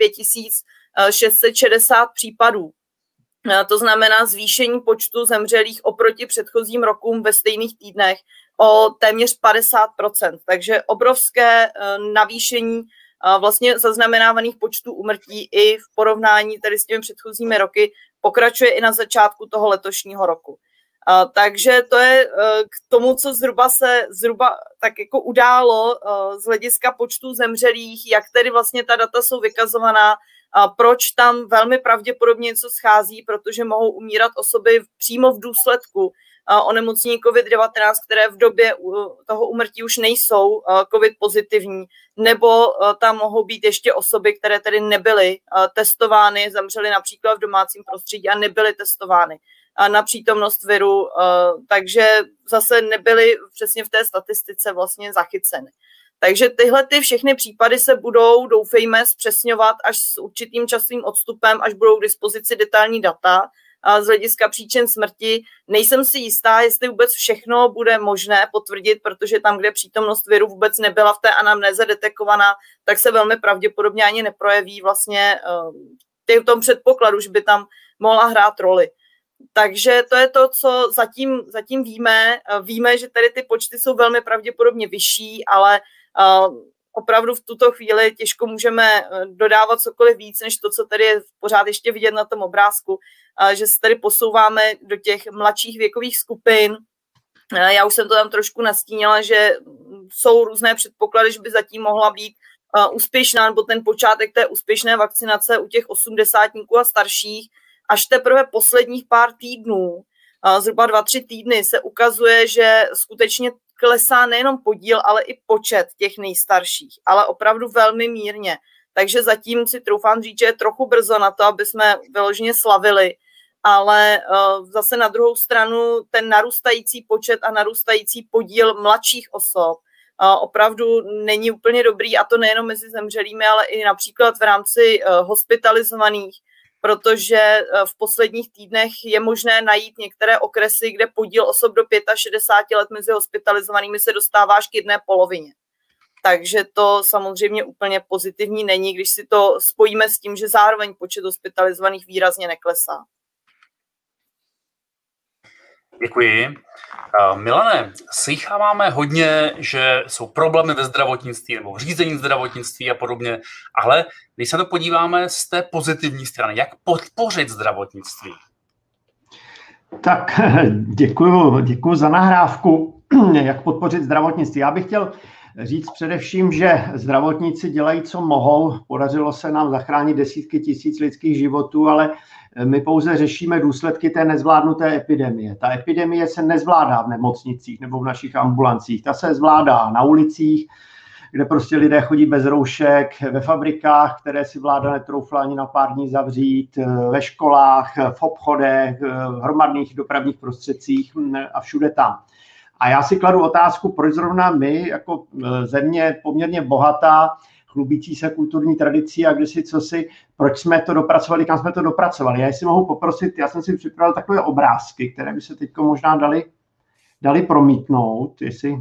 5660 případů. To znamená zvýšení počtu zemřelých oproti předchozím rokům ve stejných týdnech o téměř 50%. Takže obrovské navýšení vlastně zaznamenávaných počtů úmrtí i v porovnání tedy s těmi předchozími roky pokračuje i na začátku toho letošního roku. Takže to je k tomu, co zhruba tak jako událo z hlediska počtu zemřelých, jak tedy vlastně ta data jsou vykazovaná, proč tam velmi pravděpodobně něco schází, protože mohou umírat osoby přímo v důsledku onemocnění COVID-19, které v době toho úmrtí už nejsou COVID pozitivní, nebo tam mohou být ještě osoby, které tedy nebyly testovány, zemřely například v domácím prostředí a nebyly testovány na přítomnost viru, takže zase nebyly přesně v té statistice vlastně zachyceny. Takže tyhle ty všechny případy se budou, doufejme, zpřesňovat až s určitým časovým odstupem, až budou k dispozici detailní data z hlediska příčin smrti. Nejsem si jistá, jestli vůbec všechno bude možné potvrdit, protože tam, kde přítomnost viru vůbec nebyla v té anamnéze detekovaná, tak se velmi pravděpodobně ani neprojeví vlastně v tom předpokladu, že by tam mohla hrát roli. Takže to je to, co zatím víme. Víme, že tady ty počty jsou velmi pravděpodobně vyšší, ale opravdu v tuto chvíli těžko můžeme dodávat cokoliv víc, než to, co tady je pořád ještě vidět na tom obrázku, že se tady posouváme do těch mladších věkových skupin. Já už jsem to tam trošku nastínila, že jsou různé předpoklady, že by zatím mohla být úspěšná, nebo ten počátek té úspěšné vakcinace u těch 80tníků a starších, až teprve posledních pár týdnů, zhruba 2-3 týdny, se ukazuje, že skutečně klesá nejenom podíl, ale i počet těch nejstarších, ale opravdu velmi mírně. Takže zatím si troufám říct, že je trochu brzo na to, aby jsme vyloženě slavili, ale zase na druhou stranu ten narůstající počet a narůstající podíl mladších osob opravdu není úplně dobrý, a to nejenom mezi zemřelými, ale i například v rámci hospitalizovaných, protože v posledních týdnech je možné najít některé okresy, kde podíl osob do 65 let mezi hospitalizovanými se dostává až k 1/2. Takže to samozřejmě úplně pozitivní není, když si to spojíme s tím, že zároveň počet hospitalizovaných výrazně neklesá. Děkuji. Milane, slýcháváme hodně, že jsou problémy ve zdravotnictví nebo v řízení zdravotnictví a podobně, ale když se to podíváme z té pozitivní strany, jak podpořit zdravotnictví? Tak děkuji za nahrávku, jak podpořit zdravotnictví. Já bych chtěl říct především, že zdravotníci dělají, co mohou. Podařilo se nám zachránit desítky tisíc lidských životů, ale my pouze řešíme důsledky té nezvládnuté epidemie. Ta epidemie se nezvládá v nemocnicích nebo v našich ambulancích. Ta se zvládá na ulicích, kde prostě lidé chodí bez roušek, ve fabrikách, které si vláda netroufla ani na pár dní zavřít, ve školách, v obchodech, v hromadných dopravních prostředcích a všude tam. A já si kladu otázku, proč zrovna my, jako země poměrně bohatá, chlubící se kulturní tradicí a kdysi cosi, proč jsme to dopracovali, kam jsme to dopracovali. Já si mohu poprosit, já jsem si připravil takové obrázky, které by se teď možná dali promítnout, jestli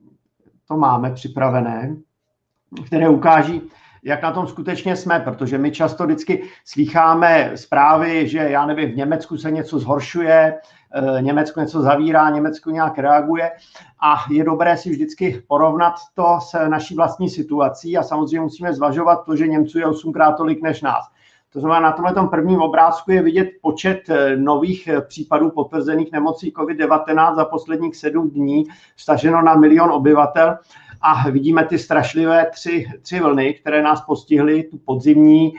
to máme připravené, které ukáží, jak na tom skutečně jsme, protože my často vždycky slýcháme zprávy, že já nevím, v Německu se něco zhoršuje, Německo něco zavírá, Německo nějak reaguje a je dobré si vždycky porovnat to s naší vlastní situací a samozřejmě musíme zvažovat to, že Němců je 8krát tolik než nás. To znamená, na tomhle prvním obrázku je vidět počet nových případů potvrzených nemocí COVID-19 za posledních 7 dní, vztaženo na 1 milion obyvatel. A vidíme ty strašlivé tři vlny, které nás postihly, tu podzimní,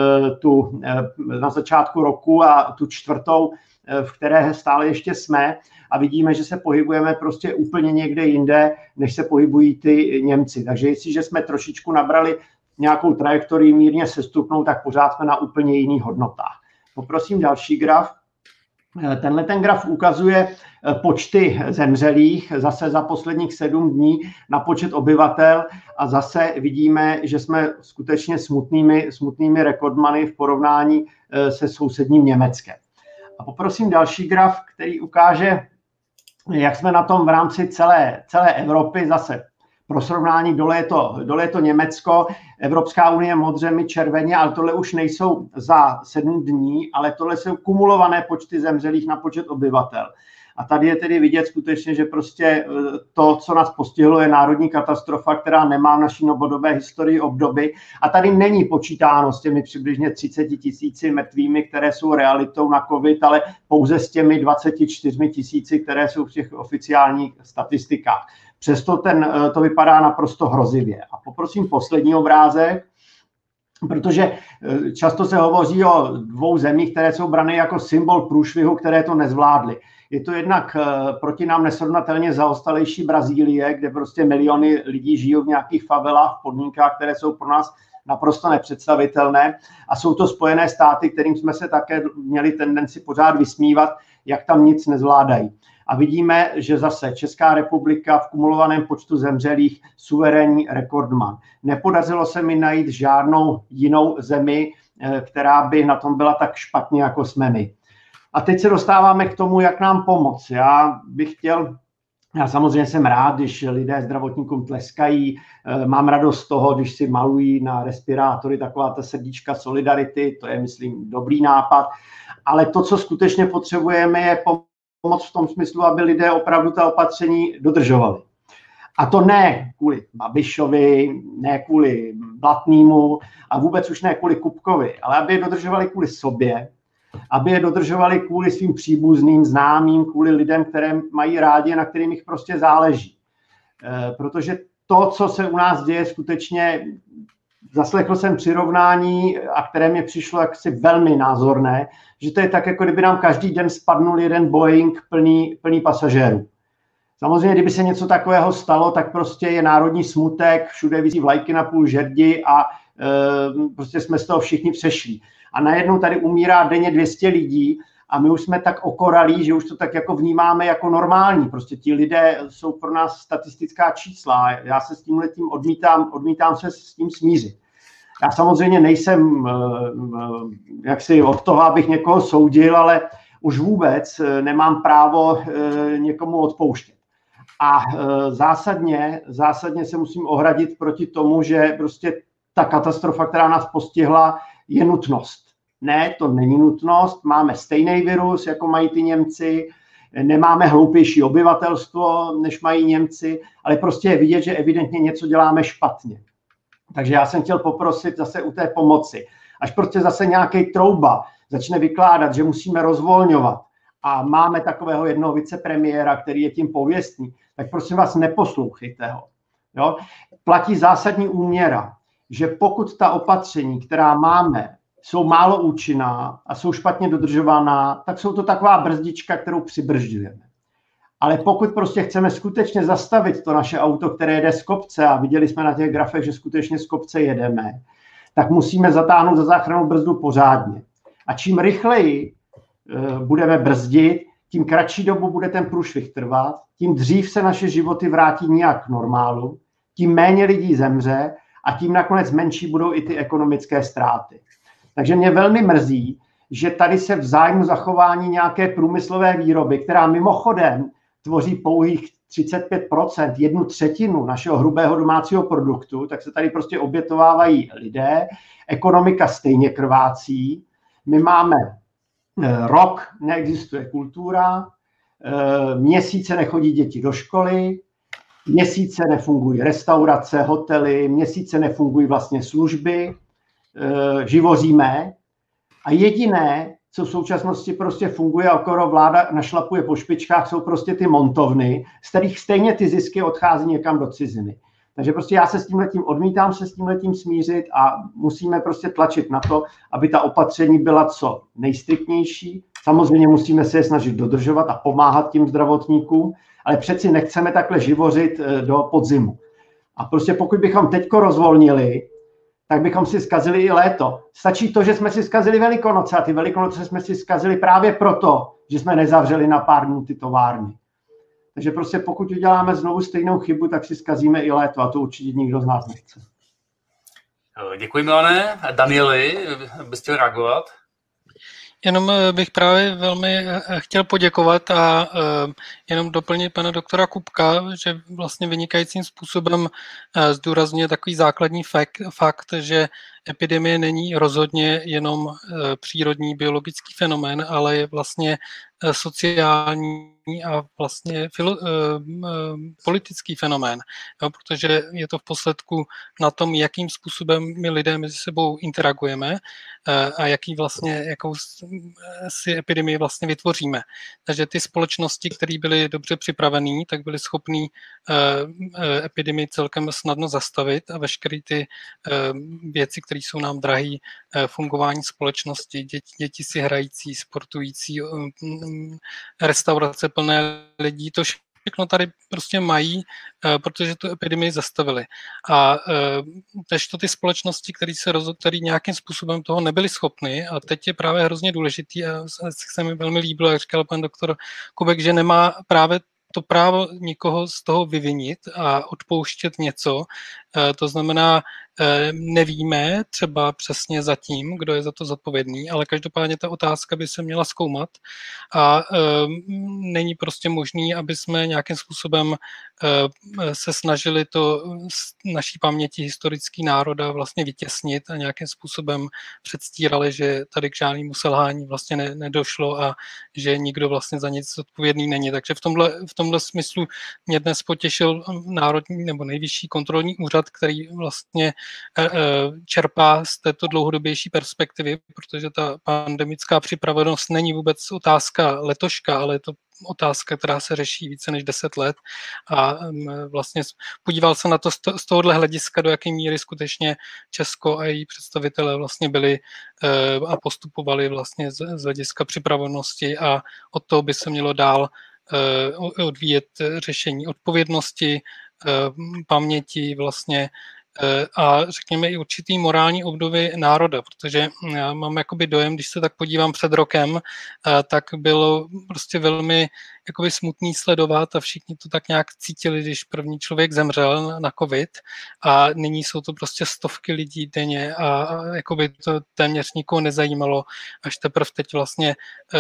tu na začátku roku a tu 4., v které stále ještě jsme. A vidíme, že se pohybujeme prostě úplně někde jinde, než se pohybují ty Němci. Takže jestliže jsme trošičku nabrali nějakou trajektorii mírně sestupnou, tak pořád jsme na úplně jiných hodnotách. Poprosím další graf. Tenhle ten graf ukazuje počty zemřelých zase za posledních 7 dní na počet obyvatel a zase vidíme, že jsme skutečně smutnými rekordmany v porovnání se sousedním Německem. A poprosím další graf, který ukáže, jak jsme na tom v rámci celé Evropy. Zase pro srovnání dole je to Německo, Evropská unie modře, my červeně, ale tohle už nejsou za 7 dní, ale tohle jsou kumulované počty zemřelých na počet obyvatel. A tady je tedy vidět skutečně, že prostě to, co nás postihlo, je národní katastrofa, která nemá v naší novodobé historii obdoby. A tady není počítáno s těmi přibližně 30 000 mrtvými, které jsou realitou na COVID, ale pouze s těmi 24 000, které jsou v těch oficiálních statistikách. Přesto to vypadá naprosto hrozivě. A poprosím poslední obrázek, protože často se hovoří o 2 zemích, které jsou brané jako symbol průšvihu, které to nezvládly. Je to jednak proti nám nesrovnatelně zaostalejší Brazílie, kde prostě miliony lidí žijou v nějakých favelách, v podmínkách, které jsou pro nás naprosto nepředstavitelné. A jsou to Spojené státy, kterým jsme se také měli tendenci pořád vysmívat, jak tam nic nezvládají. A vidíme, že zase Česká republika v kumulovaném počtu zemřelých suverénní rekordman. Nepodařilo se mi najít žádnou jinou zemi, která by na tom byla tak špatně, jako jsme my. A teď se dostáváme k tomu, jak nám pomoct. Já samozřejmě jsem rád, když lidé zdravotníkům tleskají, mám radost z toho, když si malují na respirátory taková ta srdíčka solidarity, to je, myslím, dobrý nápad, ale to, co skutečně potřebujeme, je pomoc v tom smyslu, aby lidé opravdu ta opatření dodržovali. A to ne kvůli Babišovi, ne kvůli Blatnému a vůbec už ne kvůli Kupkovi, ale aby je dodržovali kvůli sobě, aby je dodržovali kvůli svým příbuzným, známým, kvůli lidem, které mají rádi, na kterým jich prostě záleží. Protože to, co se u nás děje, skutečně zaslechl jsem přirovnání, a které mi přišlo jaksi velmi názorné, že to je tak, jako kdyby nám každý den spadnul jeden Boeing plný pasažérů. Samozřejmě, kdyby se něco takového stalo, tak prostě je národní smutek, všude visí vlajky na půl žerdi a prostě jsme z toho všichni přešli. A najednou tady umírá denně 200 lidí a my už jsme tak okoralí, že už to tak jako vnímáme jako normální. Prostě ti lidé jsou pro nás statistická čísla. Já se s tímhletím odmítám se s tím smířit. Já samozřejmě nejsem jaksi od toho, abych někoho soudil, ale už vůbec nemám právo někomu odpouštět. A zásadně se musím ohradit proti tomu, že prostě ta katastrofa, která nás postihla, je nutnost. Ne, to není nutnost, máme stejný virus, jako mají ty Němci, nemáme hloupější obyvatelstvo, než mají Němci, ale prostě je vidět, že evidentně něco děláme špatně. Takže já jsem chtěl poprosit zase u té pomoci. Až prostě zase nějaký trouba začne vykládat, že musíme rozvolňovat a máme takového jednoho vicepremiéra, který je tím pověstný, tak prosím vás, neposlouchejte ho. Jo? Platí zásadní úměra, že pokud ta opatření, která máme, jsou málo účinná a jsou špatně dodržovaná, tak jsou to taková brzdička, kterou přibržďujeme. Ale pokud prostě chceme skutečně zastavit to naše auto, které jede z kopce, a viděli jsme na těch grafech, že skutečně z kopce jedeme, tak musíme zatáhnout za záchrannou brzdu pořádně. A čím rychleji budeme brzdit, tím kratší dobu bude ten průšvih trvat, tím dřív se naše životy vrátí nějak k normálu, tím méně lidí zemře a tím nakonec menší budou i ty ekonomické ztráty. Takže mě velmi mrzí, že tady se v zájmu zachování nějaké průmyslové výroby, která mimochodem tvoří pouhých 35%, 1/3 našeho hrubého domácího produktu, tak se tady prostě obětovávají lidé, ekonomika stejně krvácí, my máme rok, neexistuje kultura, měsíce nechodí děti do školy, měsíce nefungují restaurace, hotely, měsíce nefungují vlastně služby, živoříme a jediné, co v současnosti prostě funguje a okolo vláda našlapuje po špičkách, jsou prostě ty montovny, z kterých stejně ty zisky odchází někam do ciziny. Takže prostě já se s tímhletím odmítám se s tímhletím smířit a musíme prostě tlačit na to, aby ta opatření byla co nejstriktnější. Samozřejmě musíme se je snažit dodržovat a pomáhat tím zdravotníkům, ale přeci nechceme takhle živořit do podzimu. A prostě pokud bychom teďko rozvolnili, tak bychom si zkazili i léto. Stačí to, že jsme si zkazili Velikonoce a ty Velikonoce jsme si zkazili právě proto, že jsme nezavřeli na pár dnů ty továrny. Takže prostě pokud uděláme znovu stejnou chybu, tak si zkazíme i léto a to určitě nikdo z nás nechce. Děkuji, Milane. Danieli, byste chtěl reagovat? Jenom bych právě velmi chtěl poděkovat a jenom doplnit pana doktora Kupka, že vlastně vynikajícím způsobem zdůrazňuje takový základní fakt, že epidemie není rozhodně jenom přírodní biologický fenomén, ale je vlastně sociální a vlastně politický fenomén, jo, protože je to v posledku na tom, jakým způsobem my lidé mezi sebou interagujeme a jakou si epidemii vlastně vytvoříme. Takže ty společnosti, které byly dobře připravené, tak byly schopné epidemii celkem snadno zastavit a veškeré ty věci, které jsou nám drahé, fungování společnosti, děti si hrající, sportující, restaurace plné lidí, to všechno tady prostě mají, protože tu epidemii zastavili. A tež to ty společnosti, které nějakým způsobem toho nebyly schopny, a teď je právě hrozně důležitý, a se mi velmi líbilo, jak říkal pan doktor Kubek, že nemá právě to právo nikoho z toho vyvinit a odpouštět něco. To znamená, nevíme třeba přesně zatím, kdo je za to zodpovědný, ale každopádně ta otázka by se měla zkoumat a není prostě možný, aby jsme nějakým způsobem se snažili to z naší paměti historický národa vlastně vytěsnit a nějakým způsobem předstírali, že tady k žádnému selhání vlastně nedošlo a že nikdo vlastně za nic zodpovědný není. Takže v tomhle smyslu mě dnes potěšil Národní nebo Nejvyšší kontrolní úřad, který vlastně čerpá z této dlouhodobější perspektivy, protože ta pandemická připravenost není vůbec otázka letoška, ale je to otázka, která se řeší více než 10 let a vlastně podíval se na to z tohohle hlediska, do jaké míry skutečně Česko a její představitelé vlastně byli a postupovali vlastně z hlediska připravenosti a od toho by se mělo dál odvíjet řešení odpovědnosti, paměti vlastně a řekněme i určitý morální období národa, protože já mám jakoby dojem, když se tak podívám před rokem, tak bylo prostě velmi jakoby smutný sledovat a všichni to tak nějak cítili, když první člověk zemřel na covid a nyní jsou to prostě stovky lidí denně a jakoby to téměř nikoho nezajímalo, až teprve teď vlastně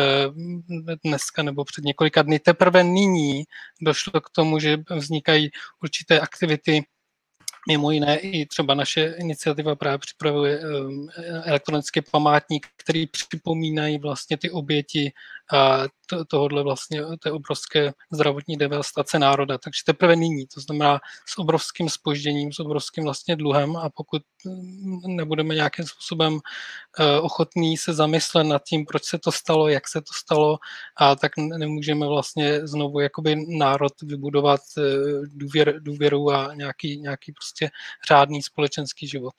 dneska nebo před několika dny, teprve nyní došlo k tomu, že vznikají určité aktivity. Mimo jiné i třeba naše iniciativa právě připravuje elektronický památník, který připomínají vlastně ty oběti tohodle vlastně té obrovské zdravotní devastace národa. Takže teprve nyní, to znamená s obrovským zpožděním, s obrovským vlastně dluhem a pokud nebudeme nějakým způsobem ochotní se zamyslet nad tím, proč se to stalo, jak se to stalo, tak nemůžeme vlastně znovu jakoby národ vybudovat důvěru a nějaký prostě řádný společenský život.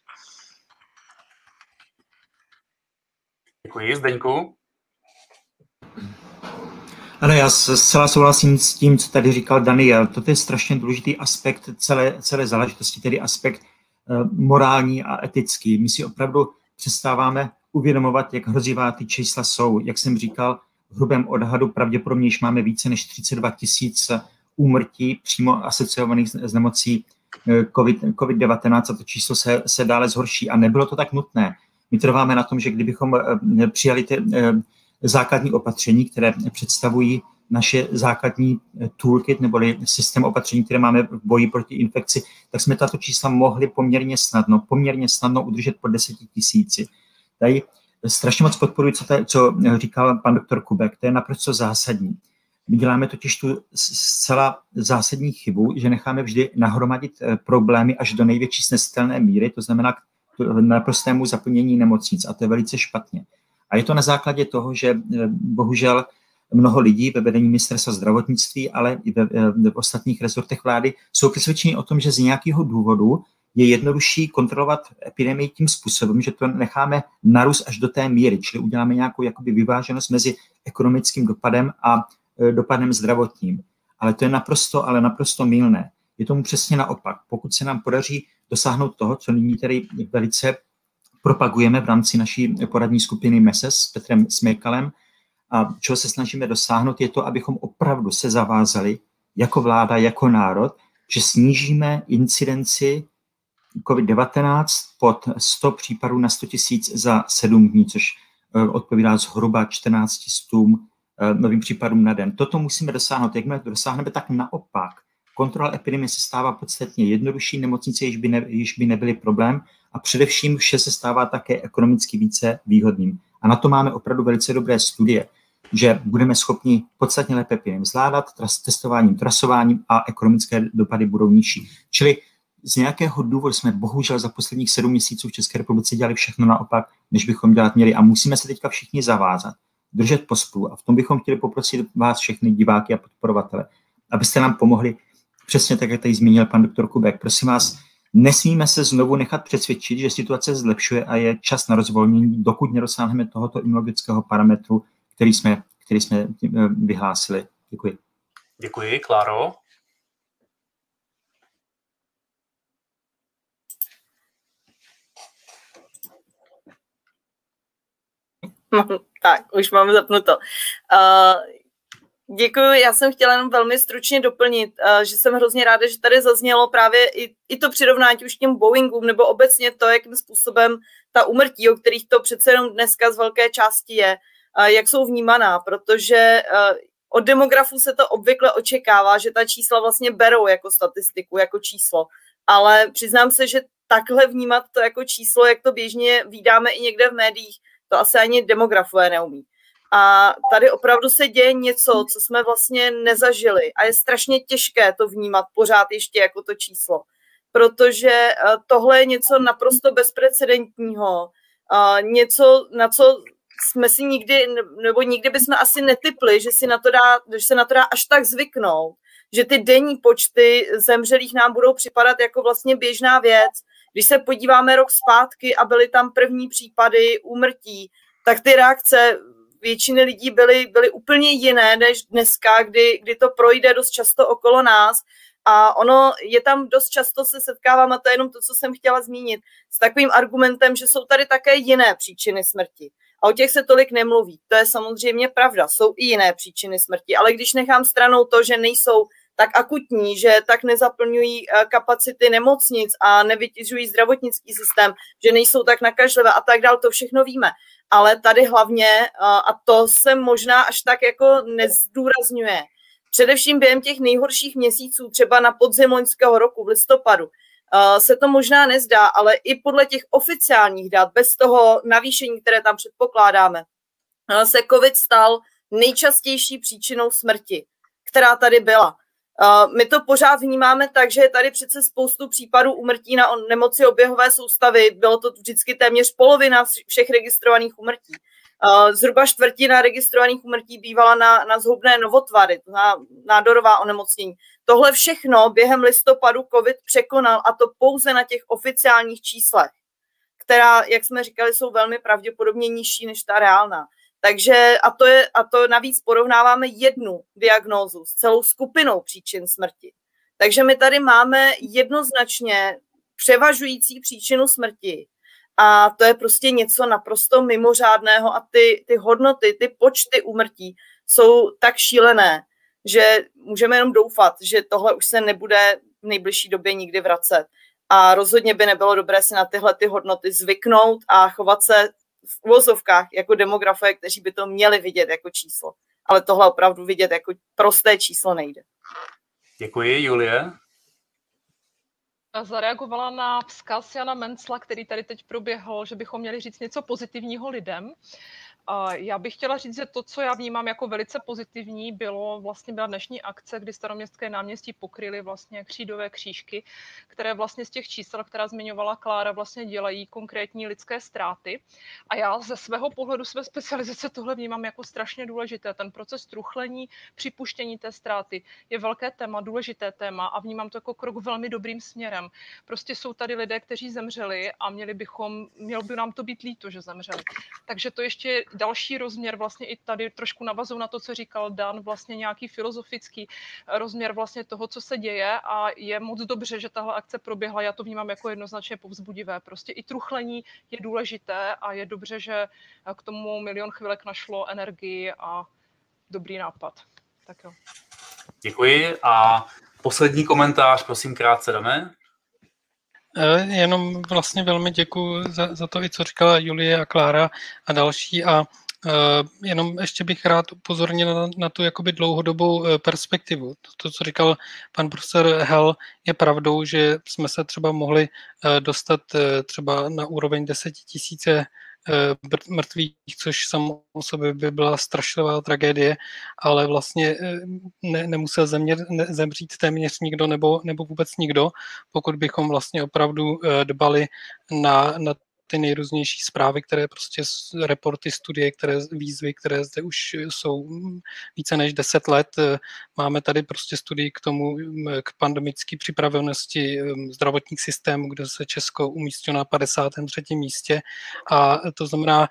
Děkuji. Zdeňku? Ano, já zcela souhlasím s tím, co tady říkal Daniel. Toto je strašně důležitý aspekt celé záležitosti, tedy aspekt morální a etický. My si opravdu přestáváme uvědomovat, jak hrozivá ty čísla jsou. Jak jsem říkal, v hrubém odhadu pravděpodobně již máme více než 32 000 úmrtí přímo asociovaných s nemocí COVID-19 a to číslo se dále zhorší. A nebylo to tak nutné. My trváme na tom, že kdybychom přijali ty základní opatření, které představují naše základní toolkit neboli systém opatření, které máme v boji proti infekci, tak jsme tato čísla mohli poměrně snadno udržet pod 10 000. Tady strašně moc podporuji, co říkal pan doktor Kubek, to je naprosto zásadní. My děláme totiž tu zcela zásadní chybu, že necháme vždy nahromadit problémy až do největší snesitelné míry, to znamená k naprostému zaplnění nemocnic a to je velice špatně. A je to na základě toho, že bohužel mnoho lidí ve vedení ministerstva zdravotnictví, ale i v ostatních rezortech vlády jsou přesvědčeni o tom, že z nějakého důvodu je jednodušší kontrolovat epidemii tím způsobem, že to necháme narůst až do té míry, čili uděláme nějakou jakoby vyváženost mezi ekonomickým dopadem a dopadem zdravotním. Ale to je naprosto mylné. Je tomu přesně naopak. Pokud se nám podaří dosáhnout toho, co nyní tedy velice propagujeme v rámci naší poradní skupiny MESES s Petrem Smejkalem, a čeho se snažíme dosáhnout, je to, abychom opravdu se zavázali jako vláda, jako národ, že snížíme incidenci COVID-19 pod 100 případů na 100 000 za 7 dní, což odpovídá zhruba 1400 novým případům na den. Toto musíme dosáhnout. Jakmile to dosáhneme, tak naopak. Kontrola epidemie se stává podstatně jednodušší, nemocnice již by nebyly problém a především vše se stává také ekonomicky více výhodným. A na to máme opravdu velice dobré studie, že budeme schopni podstatně lépe epidemii zvládat testováním, trasováním a ekonomické dopady budou nižší. Čili z nějakého důvodu jsme bohužel za posledních 7 měsíců v České republice dělali všechno naopak, než bychom dělat měli a musíme se teďka všichni zavázat, držet pospolu a v tom bychom chtěli poprosit vás všechny diváky a podporovatele, abyste nám pomohli přesně tak, jak tady zmínil pan doktor Kubek. Prosím vás, nesmíme se znovu nechat přesvědčit, že situace zlepšuje a je čas na rozvolnění, dokud nedosáhneme tohoto imunologického parametru, který jsme vyhlásili. Děkuji. Děkuji, Kláro. Tak, už mám zapnuto. Děkuji, já jsem chtěla jenom velmi stručně doplnit, že jsem hrozně ráda, že tady zaznělo právě i to přirovnání už k těm Boeingům, nebo obecně to, jakým způsobem ta úmrtí, o kterých to přece jenom dneska z velké části je, jak jsou vnímaná, protože od demografů se to obvykle očekává, že ta čísla vlastně berou jako statistiku, jako číslo, ale přiznám se, že takhle vnímat to jako číslo, jak to běžně vídáme i někde v médiích, to asi ani demografové neumí. A tady opravdu se děje něco, co jsme vlastně nezažili a je strašně těžké to vnímat pořád ještě jako to číslo, protože tohle je něco naprosto bezprecedentního, něco, na co jsme si nikdy bychom asi netipli, že se na to dá až tak zvyknout, že ty denní počty zemřelých nám budou připadat jako vlastně běžná věc. Když se podíváme rok zpátky a byly tam první případy úmrtí, tak ty reakce většiny lidí byly úplně jiné než dneska, kdy to projde dost často okolo nás a ono je tam dost často se setkávám, a to je jenom to, co jsem chtěla zmínit, s takovým argumentem, že jsou tady také jiné příčiny smrti. A o těch se tolik nemluví. To je samozřejmě pravda, jsou i jiné příčiny smrti, ale když nechám stranou to, že nejsou tak akutní, že tak nezaplňují kapacity nemocnic a nevytěžují zdravotnický systém, že nejsou tak nakažlivé a tak dál, to všechno víme. Ale tady hlavně, a to se možná až tak jako nezdůrazňuje, především během těch nejhorších měsíců, třeba na podzim loňského roku v listopadu, se to možná nezdá, ale i podle těch oficiálních dat, bez toho navýšení, které tam předpokládáme, se COVID stal nejčastější příčinou smrti, která tady byla. My to pořád vnímáme tak, že je tady přece spoustu případů úmrtí na nemoci oběhové soustavy. Bylo to vždycky téměř polovina všech registrovaných úmrtí. Zhruba čtvrtina registrovaných úmrtí bývala na zhoubné novotvary, na nádorová onemocnění. Tohle všechno během listopadu COVID překonal a to pouze na těch oficiálních číslech, která, jak jsme říkali, jsou velmi pravděpodobně nižší než ta reálná. Takže a to navíc porovnáváme jednu diagnózu s celou skupinou příčin smrti. Takže my tady máme jednoznačně převažující příčinu smrti a to je prostě něco naprosto mimořádného a ty hodnoty, ty počty úmrtí jsou tak šílené, že můžeme jenom doufat, že tohle už se nebude v nejbližší době nikdy vracet. A rozhodně by nebylo dobré si na tyhle ty hodnoty zvyknout a chovat se v uvozovkách jako demografové, kteří by to měli vidět jako číslo. Ale tohle opravdu vidět jako prosté číslo nejde. Děkuji, Julie. Zareagovala na vzkaz Jana Mencla, který tady teď proběhl, že bychom měli říct něco pozitivního lidem. Já bych chtěla říct, že to, co já vnímám jako velice pozitivní, byla dnešní akce, kdy Staroměstské náměstí pokryly vlastně křídové křížky, které vlastně z těch čísel, která zmiňovala Klára, vlastně dělají konkrétní lidské ztráty. A já ze svého pohledu, své specializace tohle vnímám jako strašně důležité. Ten proces truchlení, připuštění té ztráty je velké téma, důležité téma a vnímám to jako krok velmi dobrým směrem. Prostě jsou tady lidé, kteří zemřeli a mělo by nám to být líto, že zemřeli. Takže to ještě další rozměr, vlastně i tady trošku navazuju na to, co říkal Dan, vlastně nějaký filozofický rozměr vlastně toho, co se děje a je moc dobře, že tahle akce proběhla. Já to vnímám jako jednoznačně povzbudivé. Prostě i truchlení je důležité a je dobře, že k tomu milion chvilek našlo energii a dobrý nápad. Tak jo. Děkuji a poslední komentář, prosím, krátce, Dané. Jenom vlastně velmi děkuji za to, i co říkala Julie a Klára a další a jenom ještě bych rád upozornil na tu jakoby dlouhodobou perspektivu. To, co říkal pan profesor Hell, je pravdou, že jsme se třeba mohli dostat třeba na úroveň 10 000 mrtvých, což samo o sobě by byla strašlivá tragédie, ale vlastně nemusel zemřít téměř nikdo nebo vůbec nikdo, pokud bychom vlastně opravdu dbali na ty nejrůznější zprávy, které prostě reporty, studie, výzvy, které zde už jsou více než 10 let. Máme tady prostě studii k tomu, k pandemické připravenosti zdravotních systémů, kde se Česko umístilo na 53. místě a to znamená,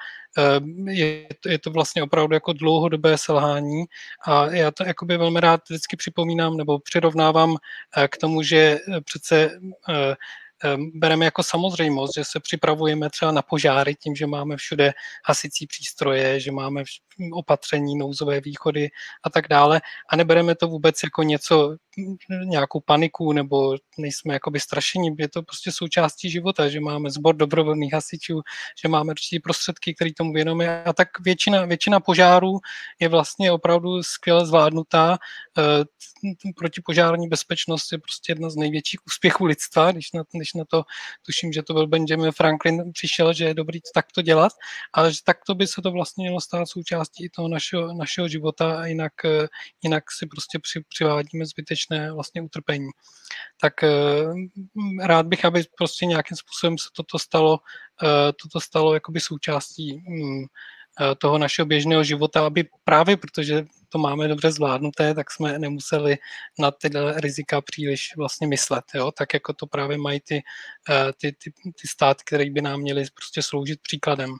je to vlastně opravdu jako dlouhodobé selhání a já to jakoby velmi rád vždycky připomínám nebo přirovnávám k tomu, že přece bereme jako samozřejmost, že se připravujeme třeba na požáry tím, že máme všude hasicí přístroje, že máme opatření, nouzové východy a tak dále a nebereme to vůbec jako nějakou paniku nebo nejsme jakoby strašení, je to prostě součástí života, že máme sbor dobrovolných hasičů, že máme určitě prostředky, které tomu věnujeme a tak většina požárů je vlastně opravdu skvěle zvládnutá. Protipožární bezpečnost je prostě jedna z největších úspěchů lidstva, když na to tuším, že to byl Benjamin Franklin přišel, že je dobrý takto dělat, ale že takto by se to vlastně mělo stát součástí toho našeho života a jinak si prostě přivádíme zbytečné vlastně utrpení. Tak rád bych, aby prostě nějakým způsobem se toto stalo jakoby součástí toho našeho běžného života, aby právě protože to máme dobře zvládnuté, tak jsme nemuseli na tyhle rizika příliš vlastně myslet, jo? Tak jako to právě mají ty státy, které by nám měly prostě sloužit příkladem.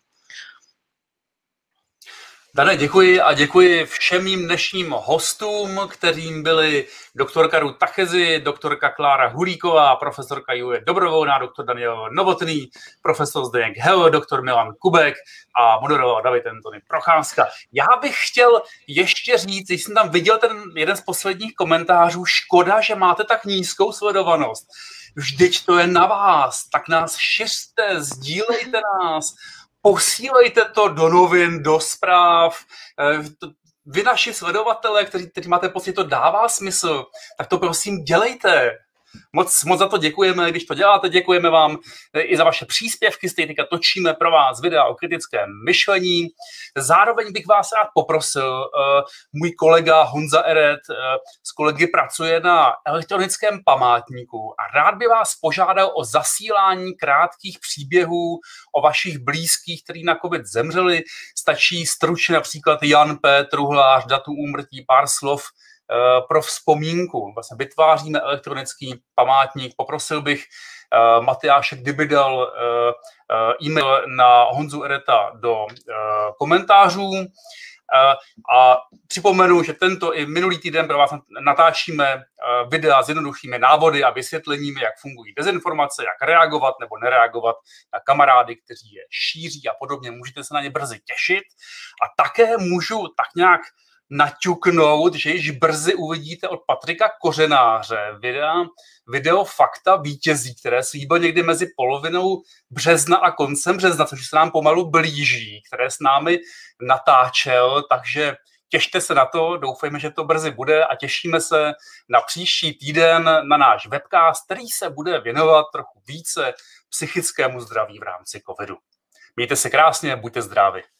Dane, děkuji a děkuji všem mým dnešním hostům, kterým byli doktorka Ruth Tachezi, doktorka Klára Hulíková, profesorka Julie Dobrovolná, doktor Daniel Novotný, profesor Zdeněk Hell, doktor Milan Kubek a moderoval David Antony Procházka. Já bych chtěl ještě říct, když jsem tam viděl ten jeden z posledních komentářů, škoda, že máte tak nízkou sledovanost. Vždyť to je na vás, tak nás šiřte, sdílejte nás, posílejte to do novin, do zpráv. Vy naši sledovatele, kteří máte pocit, to dává smysl, tak to prosím dělejte. Moc za to děkujeme, když to děláte, děkujeme vám i za vaše příspěvky, stejně točíme pro vás videa o kritickém myšlení. Zároveň bych vás rád poprosil, můj kolega Honza Eret s kolegy pracuje na elektronickém památníku a rád by vás požádal o zasílání krátkých příběhů o vašich blízkých, kteří na covid zemřeli. Stačí stručně například Jan P. Truhlář, datum úmrtí, pár slov pro vzpomínku. Vlastně vytváříme elektronický památník. Poprosil bych Matyáše, kdyby dal e-mail na Honzu Ereta do komentářů. A připomenu, že tento i minulý týden pro vás natáčíme videa s jednoduchými návody a vysvětleními, jak fungují dezinformace, jak reagovat nebo nereagovat na kamarády, kteří je šíří a podobně. Můžete se na ně brzy těšit. A také můžu tak nějak naťuknout, že již brzy uvidíte od Patrika Kořenáře video Fakta vítězí, které slíbil někdy mezi polovinou března a koncem března, což se nám pomalu blíží, které s námi natáčel, takže těšte se na to, doufejme, že to brzy bude a těšíme se na příští týden na náš webcast, který se bude věnovat trochu více psychickému zdraví v rámci covidu. Mějte se krásně, buďte zdraví.